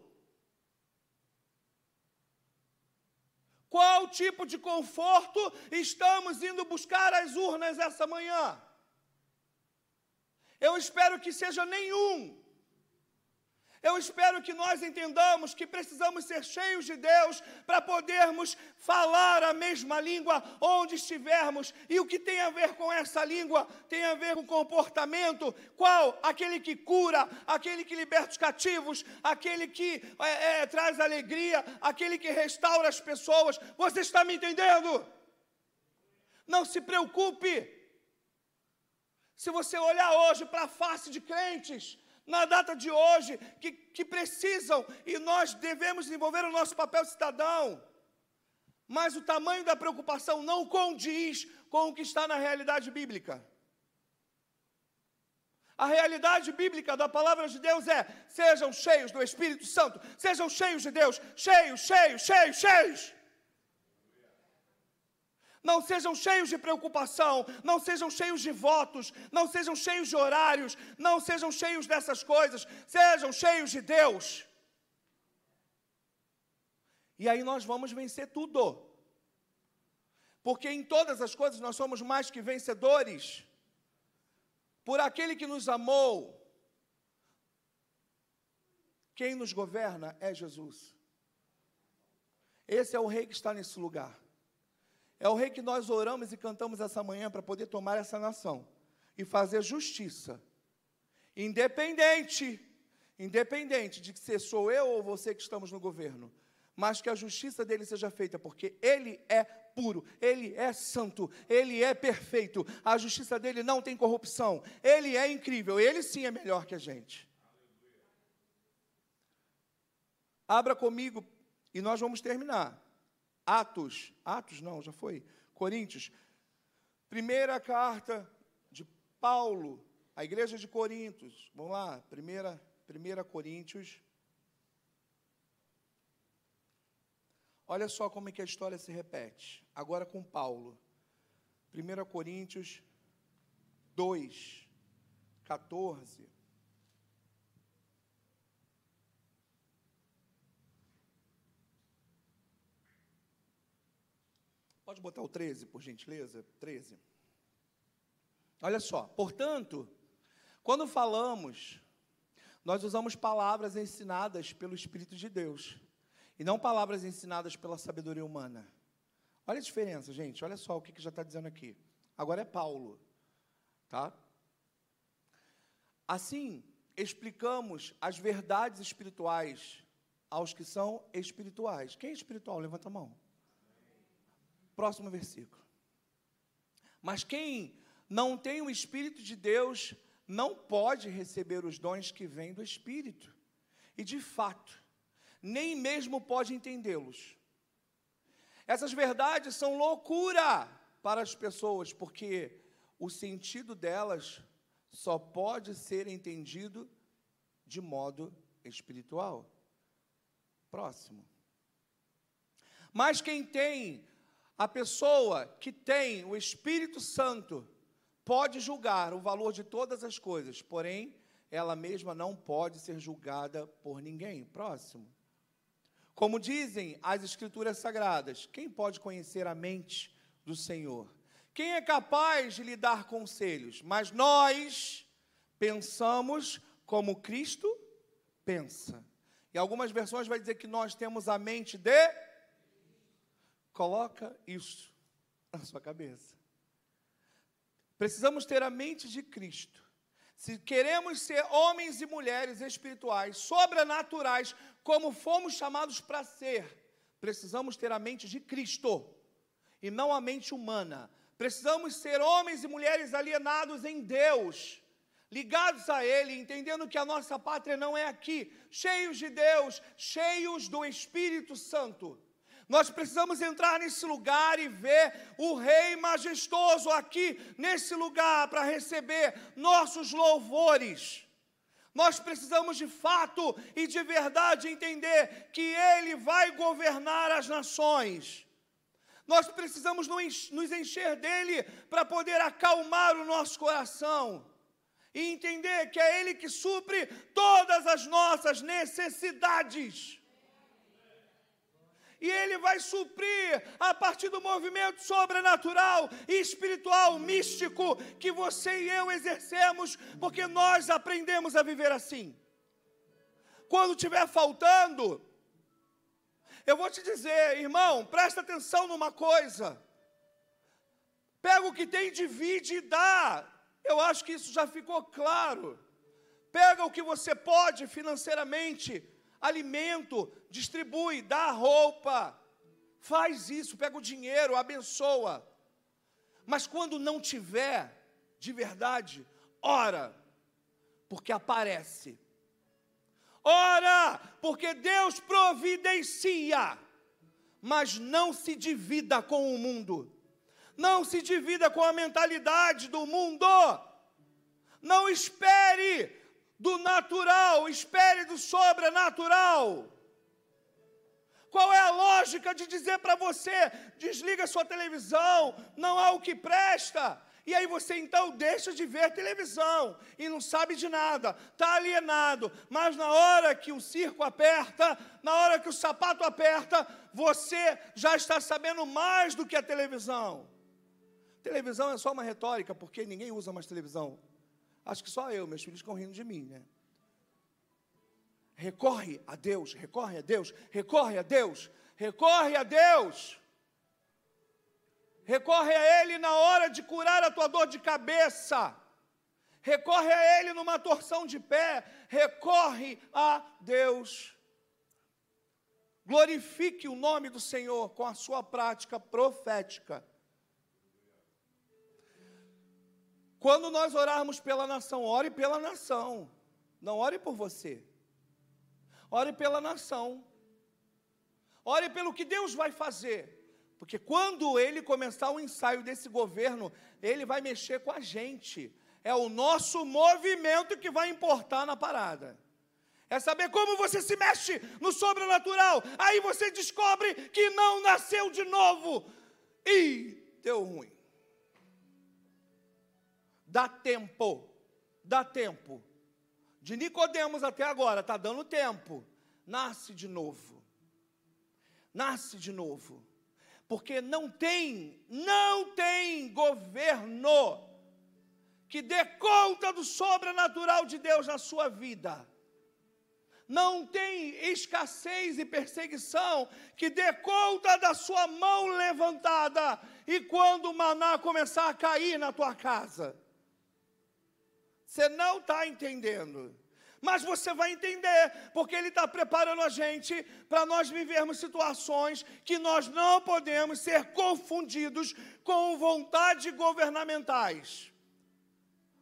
Qual tipo de conforto estamos indo buscar às urnas essa manhã? Eu espero que seja nenhum. Eu espero que nós entendamos que precisamos ser cheios de Deus para podermos falar a mesma língua onde estivermos. E o que tem a ver com essa língua? Tem a ver com comportamento. Qual? Aquele que cura, aquele que liberta os cativos, aquele que é, é, traz alegria, aquele que restaura as pessoas. Você está me entendendo? Não se preocupe. Se você olhar hoje para a face de crentes, na data de hoje, que, que precisam, e nós devemos desenvolver o nosso papel cidadão, mas o tamanho da preocupação não condiz com o que está na realidade bíblica. A realidade bíblica da palavra de Deus é: sejam cheios do Espírito Santo, sejam cheios de Deus, cheios, cheios, cheios, cheios. Não sejam cheios de preocupação, não sejam cheios de votos, não sejam cheios de horários, não sejam cheios dessas coisas, sejam cheios de Deus. E aí nós vamos vencer tudo. Porque em todas as coisas nós somos mais que vencedores por aquele que nos amou. Quem nos governa é Jesus. Esse é o rei que está nesse lugar. É o rei que nós oramos e cantamos essa manhã para poder tomar essa nação e fazer justiça. Independente, independente de que se sou eu ou você que estamos no governo, mas que a justiça dele seja feita, porque ele é puro, ele é santo, ele é perfeito, a justiça dele não tem corrupção, ele é incrível, ele sim é melhor que a gente. Abra comigo e nós vamos terminar. Atos, Atos não, já foi, Coríntios, primeira carta de Paulo, à igreja de Coríntios, vamos lá, primeira, primeira Coríntios, olha só como é que a história se repete, agora com Paulo, primeira Coríntios dois, quatorze, pode botar o treze, por gentileza? treze. Olha só, portanto, quando falamos, nós usamos palavras ensinadas pelo Espírito de Deus, e não palavras ensinadas pela sabedoria humana. Olha a diferença, gente, olha só o que, que já está dizendo aqui. Agora é Paulo, tá? Assim, explicamos as verdades espirituais aos que são espirituais. Quem é espiritual? Levanta a mão. Próximo versículo. Mas quem não tem o Espírito de Deus, não pode receber os dons que vêm do Espírito. E, de fato, nem mesmo pode entendê-los. Essas verdades são loucura para as pessoas, porque o sentido delas só pode ser entendido de modo espiritual. Próximo. Mas quem tem, a pessoa que tem o Espírito Santo, pode julgar o valor de todas as coisas, porém, ela mesma não pode ser julgada por ninguém. Próximo. Como dizem as Escrituras Sagradas, quem pode conhecer a mente do Senhor? Quem é capaz de lhe dar conselhos? Mas nós pensamos como Cristo pensa. Em algumas versões vai dizer que nós temos a mente de... Coloca isso na sua cabeça. Precisamos ter a mente de Cristo. Se queremos ser homens e mulheres espirituais, sobrenaturais, como fomos chamados para ser, precisamos ter a mente de Cristo, e não a mente humana. Precisamos ser homens e mulheres alienados em Deus, ligados a Ele, entendendo que a nossa pátria não é aqui, cheios de Deus, cheios do Espírito Santo. Nós precisamos entrar nesse lugar e ver o Rei majestoso aqui, nesse lugar, para receber nossos louvores. Nós precisamos de fato e de verdade entender que Ele vai governar as nações. Nós precisamos nos encher dEle para poder acalmar o nosso coração. E entender que é Ele que supre todas as nossas necessidades. E Ele vai suprir a partir do movimento sobrenatural e espiritual, místico, que você e eu exercemos, porque nós aprendemos a viver assim. Quando estiver faltando, eu vou te dizer, irmão, presta atenção numa coisa. Pega o que tem, divide e dá. Eu acho que isso já ficou claro. Pega o que você pode financeiramente, alimento, distribui, dá roupa, faz isso, pega o dinheiro, abençoa. Mas quando não tiver, de verdade, ora, porque aparece. Ora, porque Deus providencia, mas não se divida com o mundo. Não se divida com a mentalidade do mundo. Não espere do natural, espere do sobrenatural. Qual é a lógica de dizer para você, desliga sua televisão, não há o que presta, e aí você então deixa de ver televisão, e não sabe de nada, está alienado, mas na hora que o circo aperta, na hora que o sapato aperta, você já está sabendo mais do que a televisão. Televisão é só uma retórica, porque ninguém usa mais televisão. Acho que só eu, meus filhos ficam rindo de mim, né? Recorre a Deus, recorre a Deus, recorre a Deus, recorre a Deus. Recorre a Ele na hora de curar a tua dor de cabeça. Recorre a Ele numa torção de pé. Recorre a Deus. Glorifique o nome do Senhor com a sua prática profética. Quando nós orarmos pela nação, ore pela nação. Não ore por você. Ore pela nação. Ore pelo que Deus vai fazer. Porque quando Ele começar o ensaio desse governo, Ele vai mexer com a gente. É o nosso movimento que vai importar na parada. É saber como você se mexe no sobrenatural. Aí você descobre que não nasceu de novo. E deu ruim. Dá tempo. Dá tempo. De Nicodemos até agora, está dando tempo. Nasce de novo. Nasce de novo. Porque não tem, não tem governo que dê conta do sobrenatural de Deus na sua vida. Não tem escassez e perseguição que dê conta da sua mão levantada e quando o maná começar a cair na tua casa. Você não está entendendo. Mas você vai entender, porque Ele está preparando a gente para nós vivermos situações que nós não podemos ser confundidos com vontades governamentais.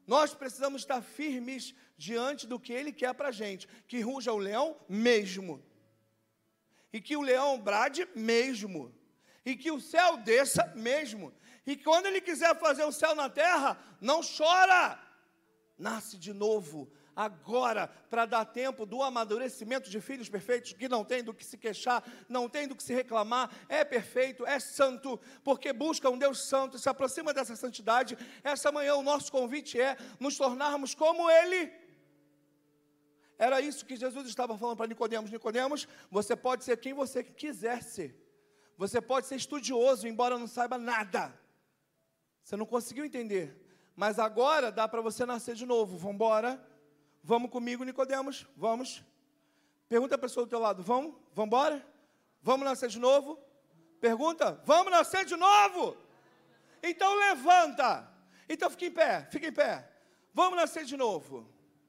Nós precisamos estar firmes diante do que Ele quer para a gente. Que ruja o leão mesmo. E que o leão brade mesmo. E que o céu desça mesmo. E que quando Ele quiser fazer o céu na terra, não chora. Nasce de novo. Agora, para dar tempo do amadurecimento de filhos perfeitos, que não tem do que se queixar, não tem do que se reclamar, é perfeito, é santo, porque busca um Deus santo, se aproxima dessa santidade. Essa manhã o nosso convite é nos tornarmos como Ele. Era isso que Jesus estava falando para Nicodemos. Nicodemos, você pode ser quem você quiser ser. Você pode ser estudioso, embora não saiba nada. Você não conseguiu entender. Mas agora dá para você nascer de novo. Vamos embora. Vamos comigo, Nicodemos, vamos. Pergunta a pessoa do teu lado, vamos? Vamos embora? Vamos nascer de novo? Pergunta, vamos nascer de novo? Então levanta. Então fica em pé, fica em pé. Vamos nascer de novo.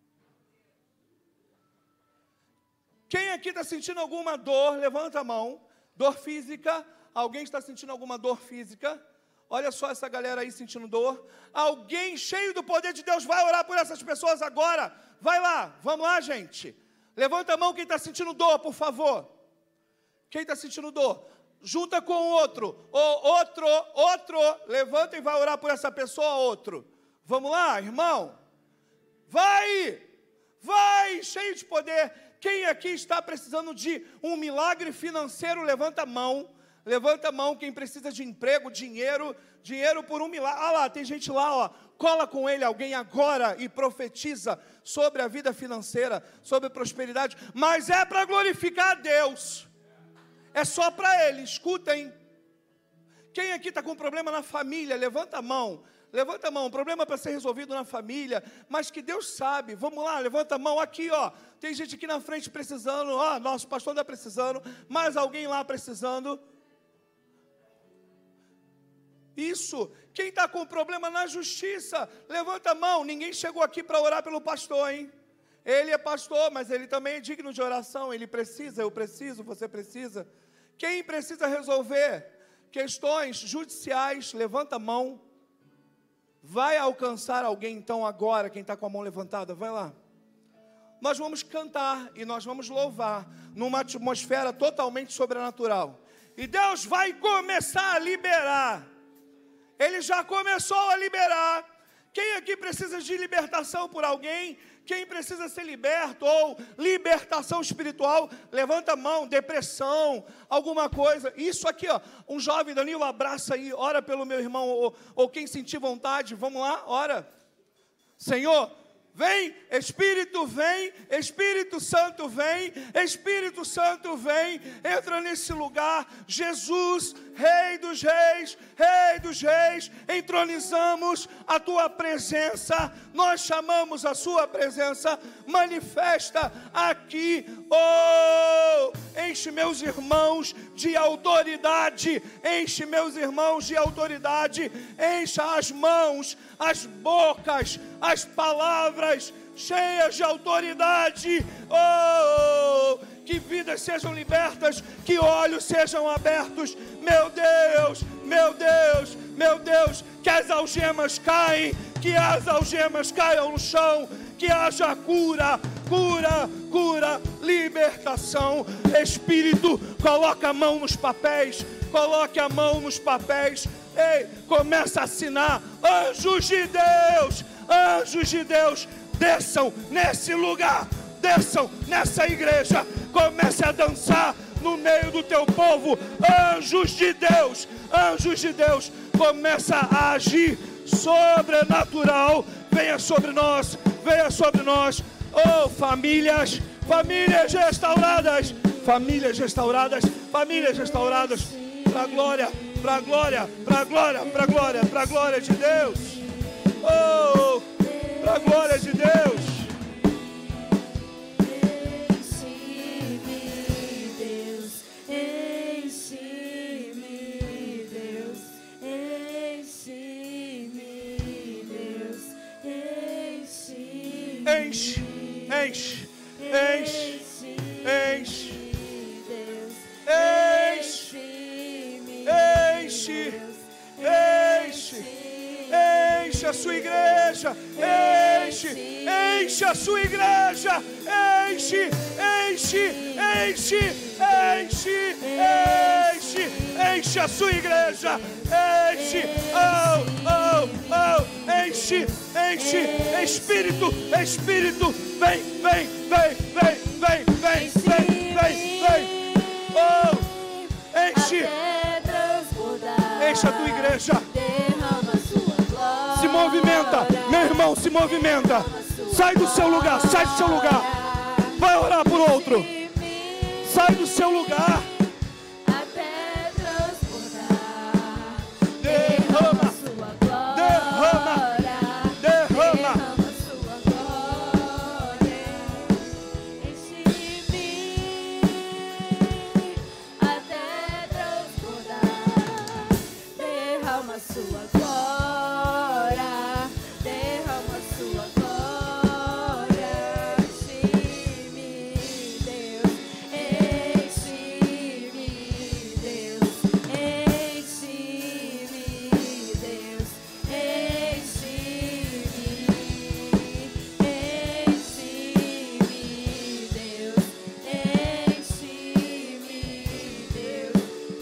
Quem aqui está sentindo alguma dor, levanta a mão. Dor física, alguém está sentindo alguma dor física? Olha só essa galera aí sentindo dor. Alguém cheio do poder de Deus vai orar por essas pessoas agora. Vai lá, vamos lá, gente. Levanta a mão quem está sentindo dor, por favor. Quem está sentindo dor? Junta com o outro. O outro, outro. Levanta e vai orar por essa pessoa, outro. Vamos lá, irmão. Vai, vai, cheio de poder. Quem aqui está precisando de um milagre financeiro, levanta a mão. Levanta a mão quem precisa de emprego, dinheiro, dinheiro por um milagre. Ah lá, tem gente lá, ó. Cola com ele alguém agora e profetiza sobre a vida financeira, sobre prosperidade. Mas é para glorificar a Deus. É só para Ele, escutem. Quem aqui está com problema na família, levanta a mão. Levanta a mão, problema para ser resolvido na família, mas que Deus sabe. Vamos lá, levanta a mão aqui, ó. Tem gente aqui na frente precisando, ó, nosso pastor está precisando, mais alguém lá precisando. Isso, quem está com problema na justiça, levanta a mão. Ninguém chegou aqui para orar pelo pastor, hein? Ele é pastor, mas ele também é digno de oração. Ele precisa, eu preciso, você precisa. Quem precisa resolver questões judiciais, levanta a mão. Vai alcançar alguém então agora, quem está com a mão levantada, vai lá. Nós vamos cantar e nós vamos louvar numa atmosfera totalmente sobrenatural. E Deus vai começar a liberar. Ele já começou a liberar. Quem aqui precisa de libertação por alguém? Quem precisa ser liberto ou libertação espiritual? Levanta a mão, depressão, alguma coisa. Isso aqui, ó, um jovem, Danilo, abraça aí, ora pelo meu irmão, ou, ou quem sentir vontade, vamos lá, ora. Senhor, vem, Espírito vem, Espírito Santo vem, Espírito Santo vem, entra nesse lugar, Jesus, Rei dos Reis, Rei dos Reis, entronizamos a Tua presença, nós chamamos a Sua presença, manifesta aqui, oh, enche meus irmãos de autoridade, enche meus irmãos de autoridade, encha as mãos, as bocas, as palavras cheias de autoridade, oh, que vidas sejam libertas, que olhos sejam abertos, meu Deus, meu Deus, meu Deus, que as algemas caem, que as algemas caiam no chão, que haja cura, cura, cura, libertação. Espírito, coloca a mão nos papéis, coloque a mão nos papéis, ei, começa a assinar, anjos de Deus, anjos de Deus, desçam nesse lugar, desçam nessa igreja, comece a dançar no meio do teu povo, anjos de Deus, anjos de Deus, começa a agir sobrenatural, venha sobre nós, venha sobre nós, oh famílias, famílias restauradas, famílias restauradas, famílias restauradas, para a glória, para a glória, para a glória, para a glória, para a glória de Deus, oh, para a glória de Deus. Enche, enche, enche, enche, enche, enche, enche, enche a sua igreja, enche, enche a sua igreja, enche, enche, enche, enche, enche, enche a sua igreja, enche, oh, oh, oh, enche, enche, Espírito, Espírito, vem, vem, vem, vem, vem, vem, vem, vem, vem, oh, enche, enche a tua igreja, se movimenta, meu irmão, se movimenta, sai do seu lugar, sai do seu lugar, vai orar por outro, sai do seu lugar, derrama, derrama, derrama, derrama sua glória, derrama sua glória, enche-me, Deus, enche-me, Deus, enche-me, Deus, enche-me, enche-me, Deus, enche-me, Deus,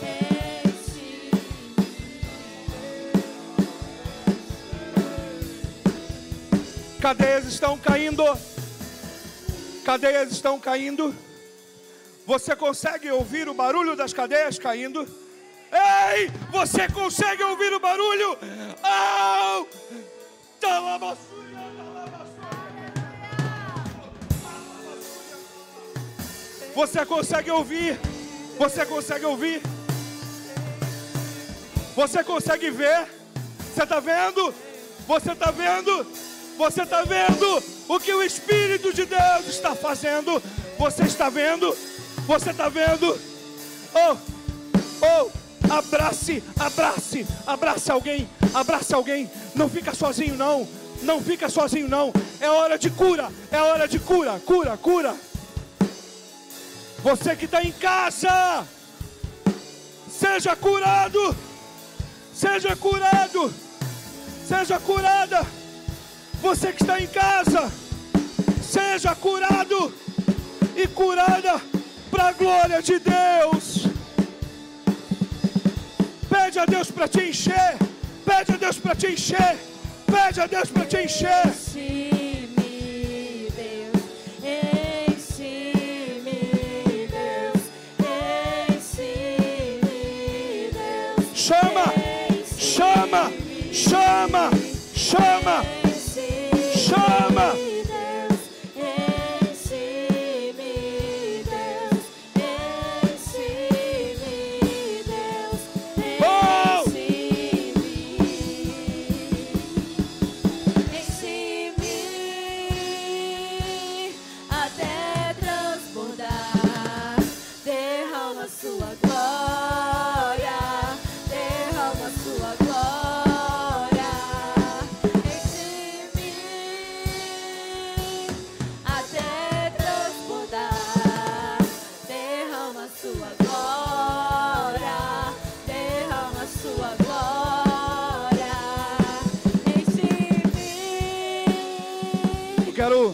cadeias estão caindo, cadeias estão caindo, você consegue ouvir o barulho das cadeias caindo? Ei, você consegue ouvir o barulho? Oh! Você consegue ouvir? Você consegue ouvir? Você consegue ver? Você está vendo? Você está vendo? Você está vendo o que o Espírito de Deus está fazendo? Você está vendo? Você está vendo? Oh, oh, abrace, abrace, abrace alguém, abrace alguém. Não fica sozinho não, não fica sozinho não. É hora de cura, é hora de cura, cura, cura. Você que está em casa, seja curado, seja curado, seja curada. Você que está em casa, seja curado e curada para a glória de Deus. Pede a Deus para te encher, pede a Deus para te encher, pede a Deus para te encher. Enche-me, Deus, enche-me, Deus, enche-me, Deus. Chama, chama, chama, chama. Chama! Deus, enche-me, Deus, enche-me, Deus, enche-me, enche-me até transbordar. Derrama sua glória, derrama sua glória. Quero,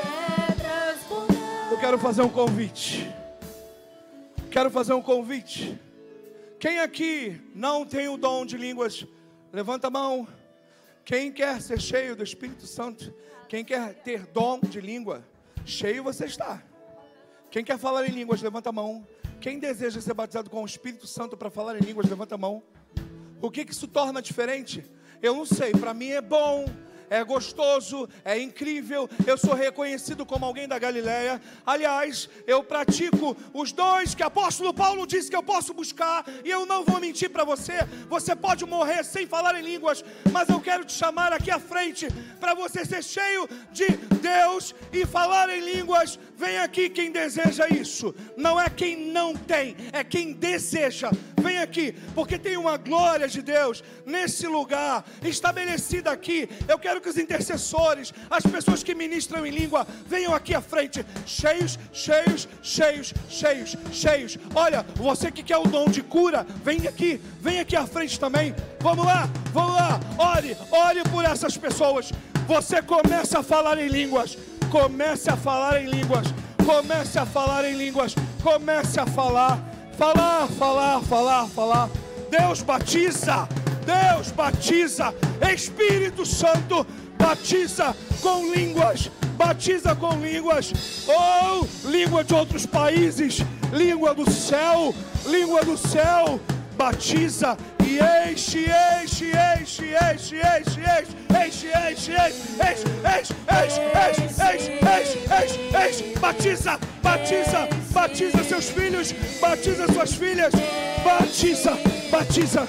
eu quero fazer um convite. Quero fazer um convite. Quem aqui não tem o dom de línguas, levanta a mão. Quem quer ser cheio do Espírito Santo, quem quer ter dom de língua, cheio você está. Quem quer falar em línguas, levanta a mão. Quem deseja ser batizado com o Espírito Santo para falar em línguas, levanta a mão. O que que isso torna diferente? Eu não sei, para mim é bom. É gostoso, é incrível. Eu sou reconhecido como alguém da Galileia. Aliás, eu pratico os dons que o apóstolo Paulo disse que eu posso buscar. E eu não vou mentir para você. Você pode morrer sem falar em línguas, mas eu quero te chamar aqui à frente para você ser cheio de Deus e falar em línguas Vem aqui quem deseja isso. Não é quem não tem, é quem deseja. Vem aqui, porque tem uma glória de Deus nesse lugar, estabelecida aqui. Eu quero que os intercessores, as pessoas que ministram em língua, venham aqui à frente, cheios, cheios, cheios, cheios, cheios. Olha, você que quer o dom de cura, vem aqui, vem aqui à frente também. Vamos lá, vamos lá, ore, ore por essas pessoas. Você começa a falar em línguas, comece a falar em línguas, comece a falar em línguas, comece a falar, falar, falar, falar, falar. Deus batiza, Deus batiza, Espírito Santo batiza com línguas, batiza com línguas, ou oh, língua de outros países, língua do céu, língua do céu, batiza e enche, enche, enche, enche, enche, enche, enche, enche, enche, enche, enche, enche, enche, enche, enche, batiza, batiza, batiza seus filhos, batiza suas filhas, batiza, batiza.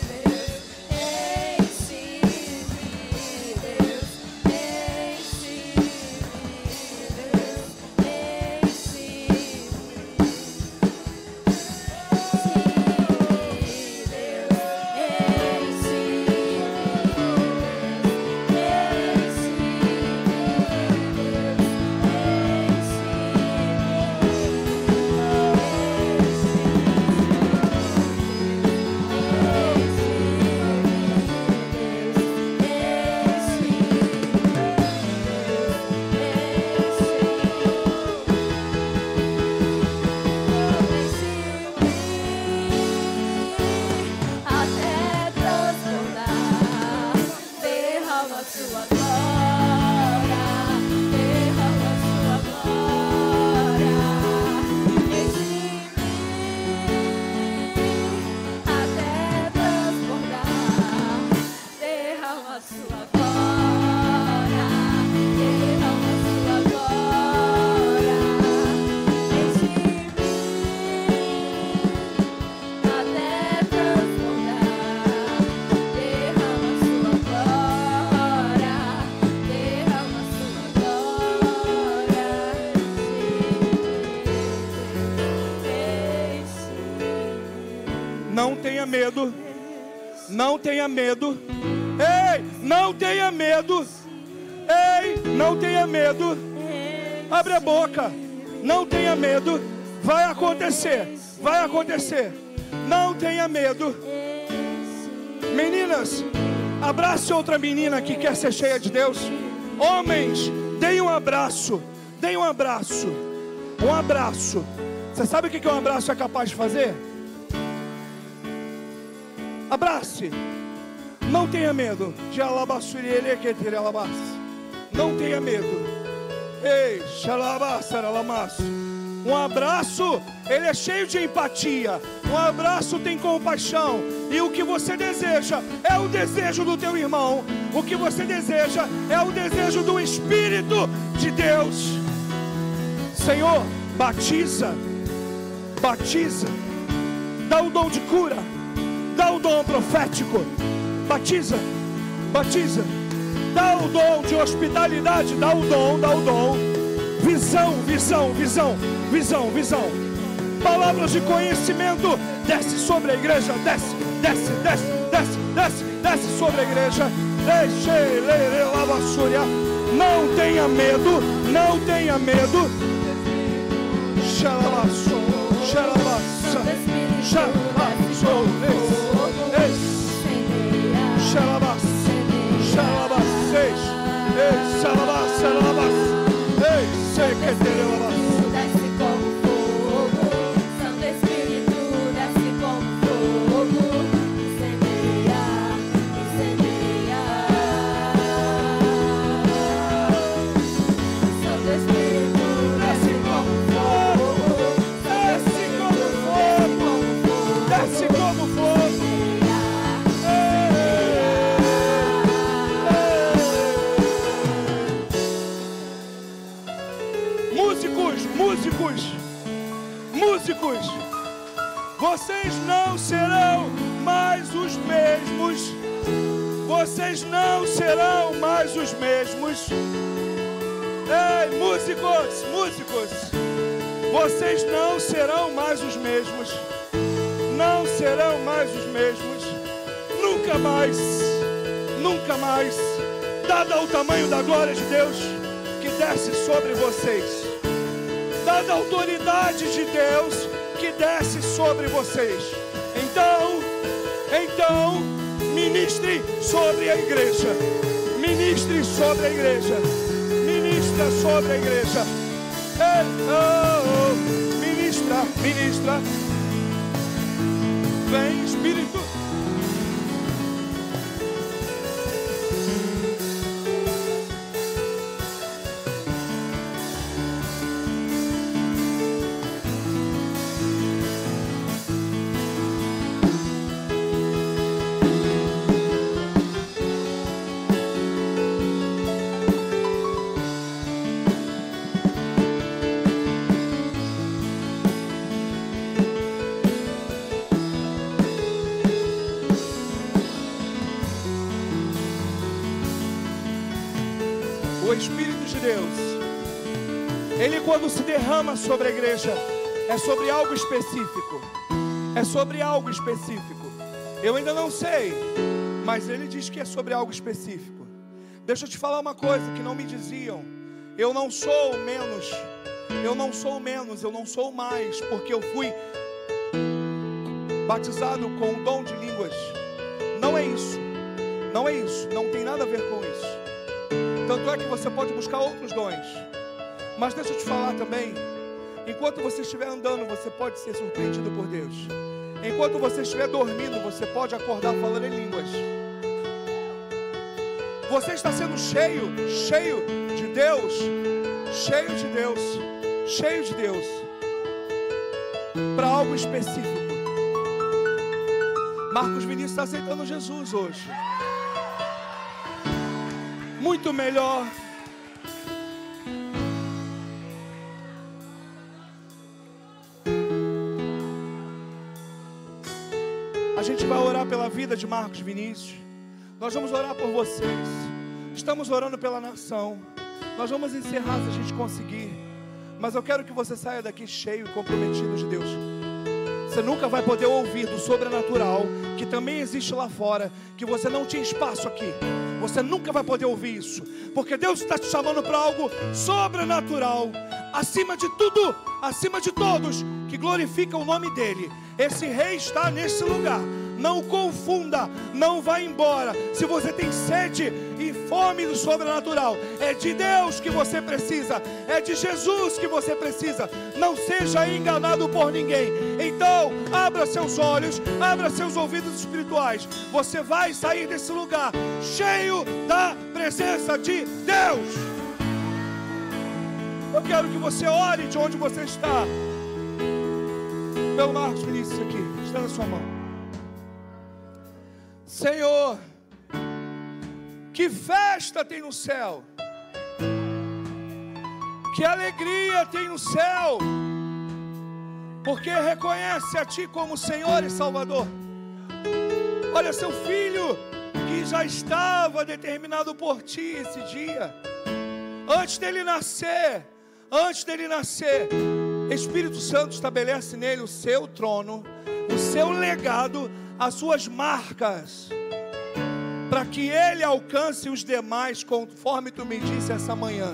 Não tenha medo, não tenha medo, ei, não tenha medo, ei, não tenha medo, abre a boca, não tenha medo, vai acontecer, vai acontecer, não tenha medo. Meninas, abrace outra menina que quer ser cheia de Deus. Homens, deem um abraço, deem um abraço, um abraço. Você sabe o que um abraço é capaz de fazer? Abrace, não tenha medo. Não tenha medo. Ei, um abraço, ele é cheio de empatia. Um abraço tem compaixão. E o que você deseja é o desejo do teu irmão. O que você deseja é o desejo do Espírito de Deus. Senhor, batiza, batiza, dá o dom de cura, dá o dom profético, batiza, batiza, dá o dom de hospitalidade, dá o dom, dá o dom, visão, visão, visão, visão, visão, palavras de conhecimento, desce sobre a igreja, desce, desce, desce, desce, desce, desce sobre a igreja, deixe, lere, lava, súria, não tenha medo, não tenha medo, xalabaço, xalabaça, xalabaço, xalabas, xalabas, ei, xalabas, xalabas, ei, sei que te levas. Desce como fogo, Santo Espírito, desce como fogo, incendeia, incendeia. Santo Espírito, desce como fogo, desce como fogo, Desce como fogo. Músicos, músicos, músicos, vocês não serão mais os mesmos. Vocês não serão mais os mesmos. Ei, músicos, músicos, vocês não serão mais os mesmos. Não serão mais os mesmos. Nunca mais, nunca mais, dada o tamanho da glória de Deus que desce sobre vocês, dada a autoridade de Deus que desce sobre vocês. Então, então, ministre sobre a igreja. Ministre sobre a igreja. Ministra sobre a igreja. Ei, oh, oh. Ministra, ministra. Vem, Espírito. O Espírito de Deus, Ele quando se derrama sobre a igreja, é sobre algo específico. É sobre algo específico. Eu ainda não sei, mas Ele diz que é sobre algo específico. Deixa eu te falar uma coisa que não me diziam. Eu não sou menos, eu não sou menos, eu não sou mais, porque eu fui batizado com o dom de línguas. Não é isso, não é isso, não tem nada a ver com isso. Tanto é que você pode buscar outros dons. Mas deixa eu te falar também, enquanto você estiver andando, você pode ser surpreendido por Deus. Enquanto você estiver dormindo, você pode acordar falando em línguas. Você está sendo cheio, cheio de Deus, cheio de Deus, cheio de Deus, para algo específico. Marcos Vinícius está aceitando Jesus hoje. Muito melhor. A gente vai orar pela vida de Marcos Vinícius. Nós vamos orar por vocês. Estamos orando pela nação. Nós vamos encerrar se a gente conseguir. Mas eu quero que você saia daqui cheio e comprometido de Deus. Você nunca vai poder ouvir do sobrenatural que também existe lá fora, que você não tinha espaço aqui. Você nunca vai poder ouvir isso, porque Deus está te chamando para algo sobrenatural, acima de tudo, acima de todos, que glorifica o nome dEle. Esse rei está nesse lugar. Não o confunda, não vá embora. Se você tem sede e fome do sobrenatural, é de Deus que você precisa, é de Jesus que você precisa. Não seja enganado por ninguém. Então, abra seus olhos, abra seus ouvidos espirituais. Você vai sair desse lugar cheio da presença de Deus. Eu quero que você ore de onde você está. Pelo Marcos Vinícius aqui, está na sua mão. Senhor, que festa tem no céu, que alegria tem no céu, porque reconhece a Ti como Senhor e Salvador. Olha seu filho, que já estava determinado por Ti esse dia, antes dele nascer, antes dele nascer, Espírito Santo estabelece nele o seu trono, o seu legado, as suas marcas, para que ele alcance os demais, conforme tu me disse essa manhã,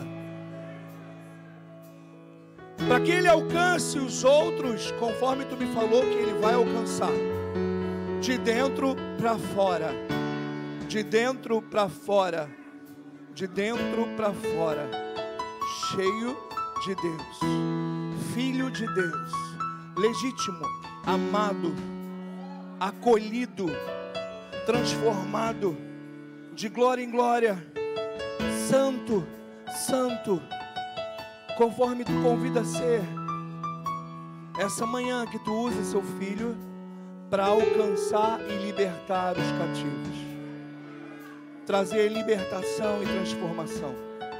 para que ele alcance os outros, conforme tu me falou que ele vai alcançar, de dentro para fora, de dentro para fora, de dentro para fora, cheio de Deus, filho de Deus, legítimo, amado, acolhido, transformado, de glória em glória, santo, santo, conforme tu convida a ser, essa manhã que tu usa seu filho para alcançar e libertar os cativos, trazer libertação e transformação,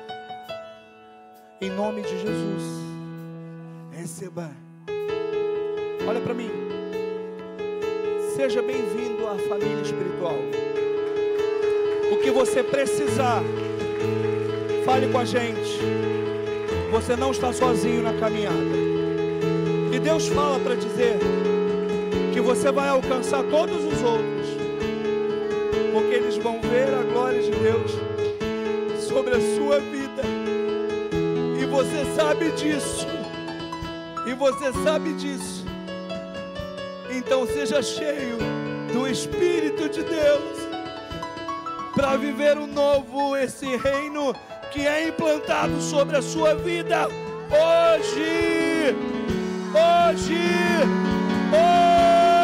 em nome de Jesus. Receba. Olha para mim. Seja bem-vindo à família espiritual. O que você precisar, fale com a gente. Você não está sozinho na caminhada. E Deus fala para dizer que você vai alcançar todos os outros, porque eles vão ver a glória de Deus sobre a sua vida. E você sabe disso. E você sabe disso. Então seja cheio do Espírito de Deus para viver o novo, esse reino que é implantado sobre a sua vida hoje. Hoje. Hoje.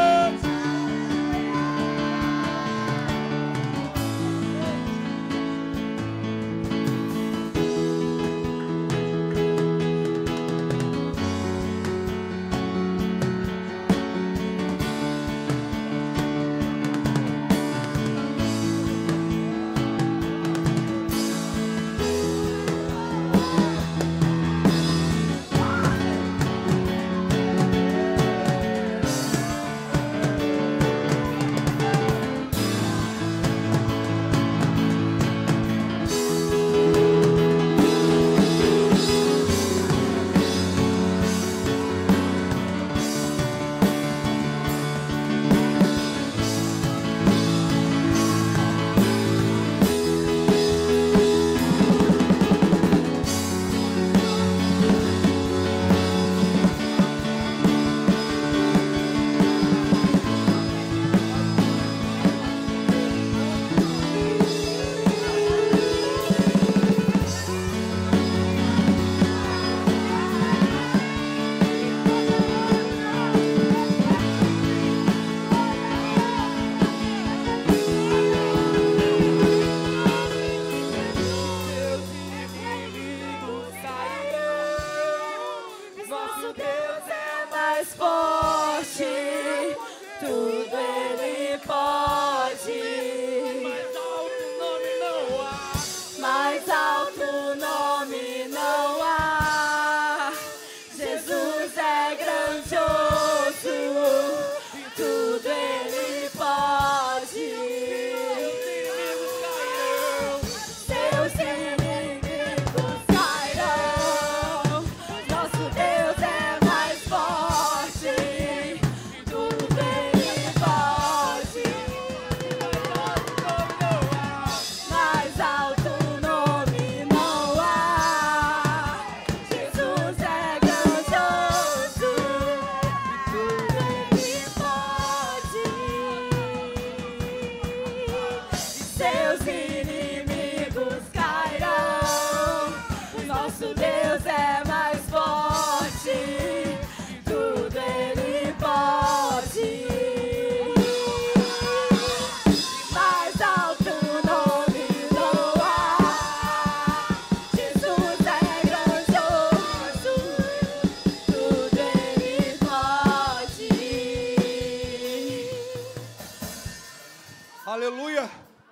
Aleluia,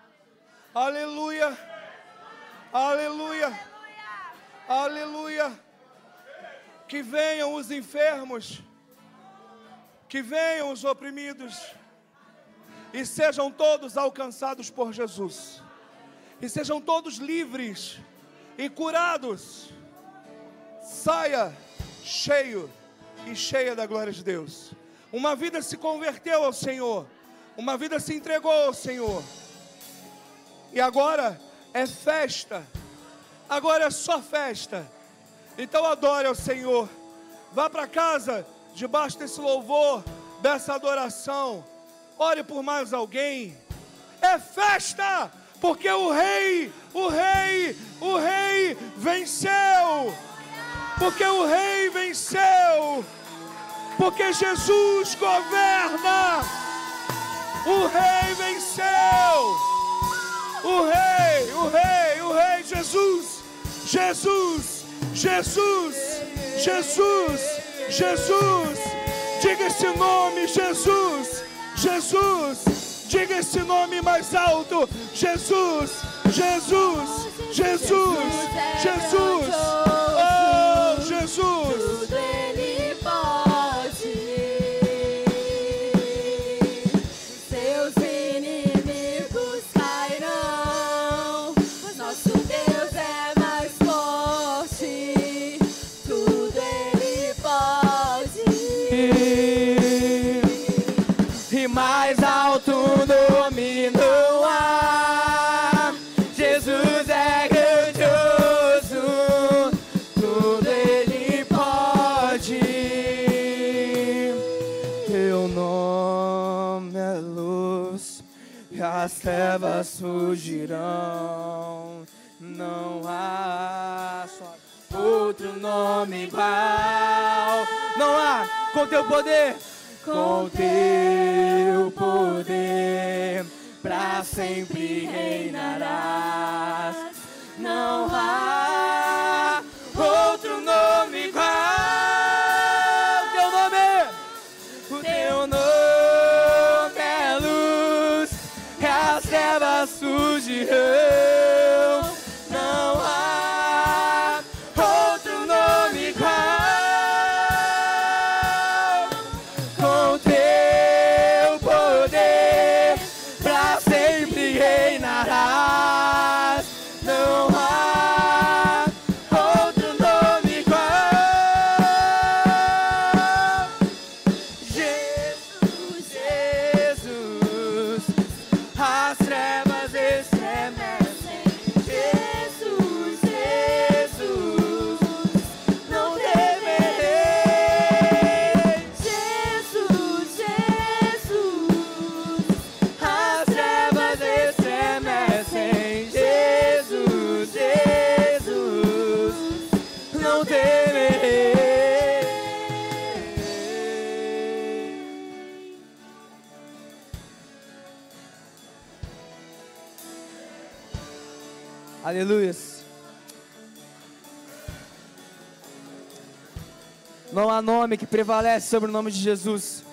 aleluia, aleluia, aleluia. Que venham os enfermos, que venham os oprimidos, e sejam todos alcançados por Jesus, e sejam todos livres e curados. Saia cheio e cheia da glória de Deus. Uma vida se converteu ao Senhor, uma vida se entregou ao Senhor, e agora é festa, agora é só festa. Então adore ao Senhor. Vá para casa debaixo desse louvor, dessa adoração. Ore por mais alguém. É festa, porque o rei, o rei, o rei venceu. Porque o rei venceu. Porque Jesus governa. O rei venceu. O rei, o rei, o rei Jesus. Jesus, Jesus, Jesus, Jesus. Diga esse nome, Jesus, Jesus. Diga esse nome mais alto, Jesus, Jesus, Jesus, Jesus. Oh, Jesus. Tudo Ele pode. Seus inimigos cairão. Nosso Deus é mais fugirão. Não há outro nome igual. Não há com teu poder, com teu poder, pra sempre reinarás. Não há outro nome igual. Teu nome, o teu nome é luz, e as trevas fugirão. Não há outro nome igual. Com teu poder, pra sempre reinarás. Não há outro nome igual. Jesus, Jesus, as trevas estremecem. Jesus, Jesus, não temerei. Jesus, Jesus, as trevas estremecem. Jesus, Jesus, não temerei. Aleluias. Não há nome que prevalece sobre o nome de Jesus.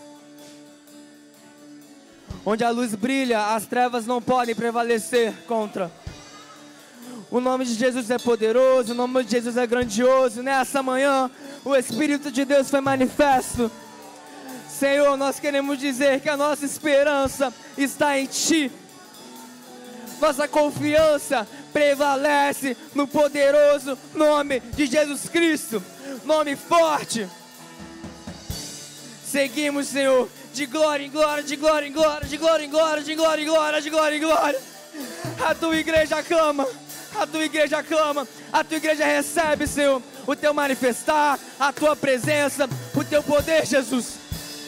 Onde a luz brilha, as trevas não podem prevalecer contra. O nome de Jesus é poderoso, o nome de Jesus é grandioso. Nessa manhã, o Espírito de Deus foi manifesto. Senhor, nós queremos dizer que a nossa esperança está em Ti. Nossa confiança prevalece no poderoso nome de Jesus Cristo. Nome forte. Seguimos, Senhor, de glória em glória, de glória em glória, de glória em glória, de glória em glória, de glória em glória. A Tua igreja clama, a Tua igreja clama, a Tua igreja recebe, Senhor, o Teu manifestar, a Tua presença, o Teu poder, Jesus.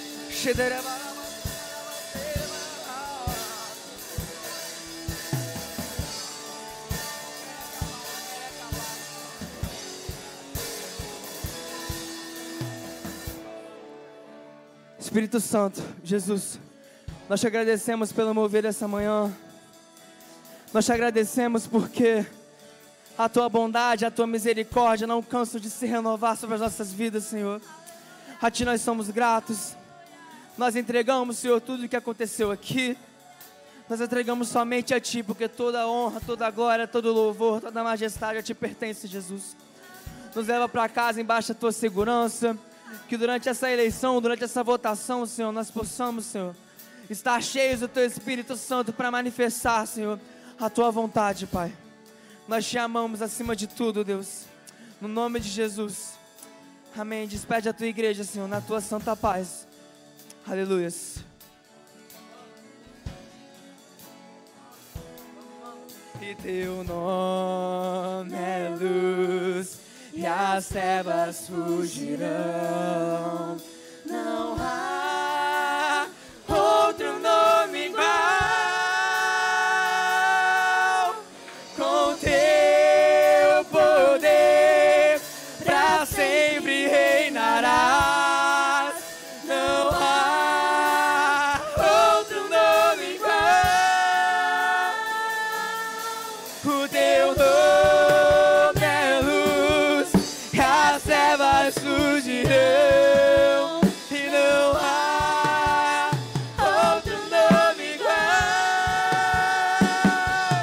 Espírito Santo, Jesus, nós te agradecemos pelo mover dessa manhã. Nós te agradecemos porque a Tua bondade, a Tua misericórdia não cansam de se renovar sobre as nossas vidas, Senhor. A Ti nós somos gratos. Nós entregamos, Senhor, tudo o que aconteceu aqui. Nós entregamos somente a Ti, porque toda a honra, toda a glória, todo o louvor, toda a majestade a Ti pertence, Jesus. Nos leva para casa embaixo da Tua segurança. Que durante essa eleição, durante essa votação, Senhor, nós possamos, Senhor, estar cheios do Teu Espírito Santo para manifestar, Senhor, a Tua vontade, Pai. Nós Te amamos acima de tudo, Deus. No nome de Jesus. Amém. Despede a Tua igreja, Senhor, na Tua santa paz. Aleluias. E Teu nome é luz, e as trevas fugirão. Não há outro nome igual. Com Teu poder, pra sempre reinarás. Não há outro nome igual. O Teu nome é luz, as trevas fugirão, e não há outro nome igual.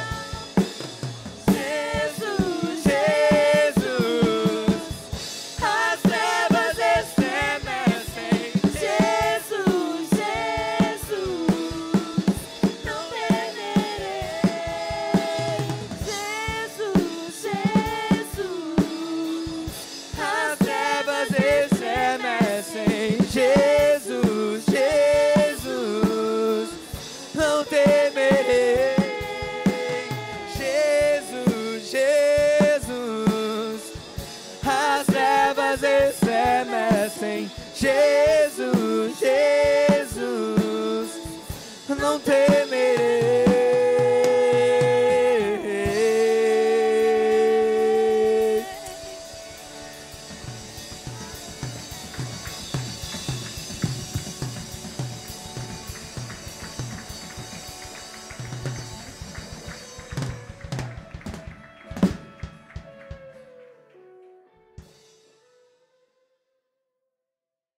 Jesus, Jesus, as trevas estremecem. Jesus, Jesus, não temerei. Jesus, Jesus, as trevas estremecem. Jesus, Jesus, não temerei. Jesus, Jesus, as trevas estremecem. Jesus, Jesus, não temerei.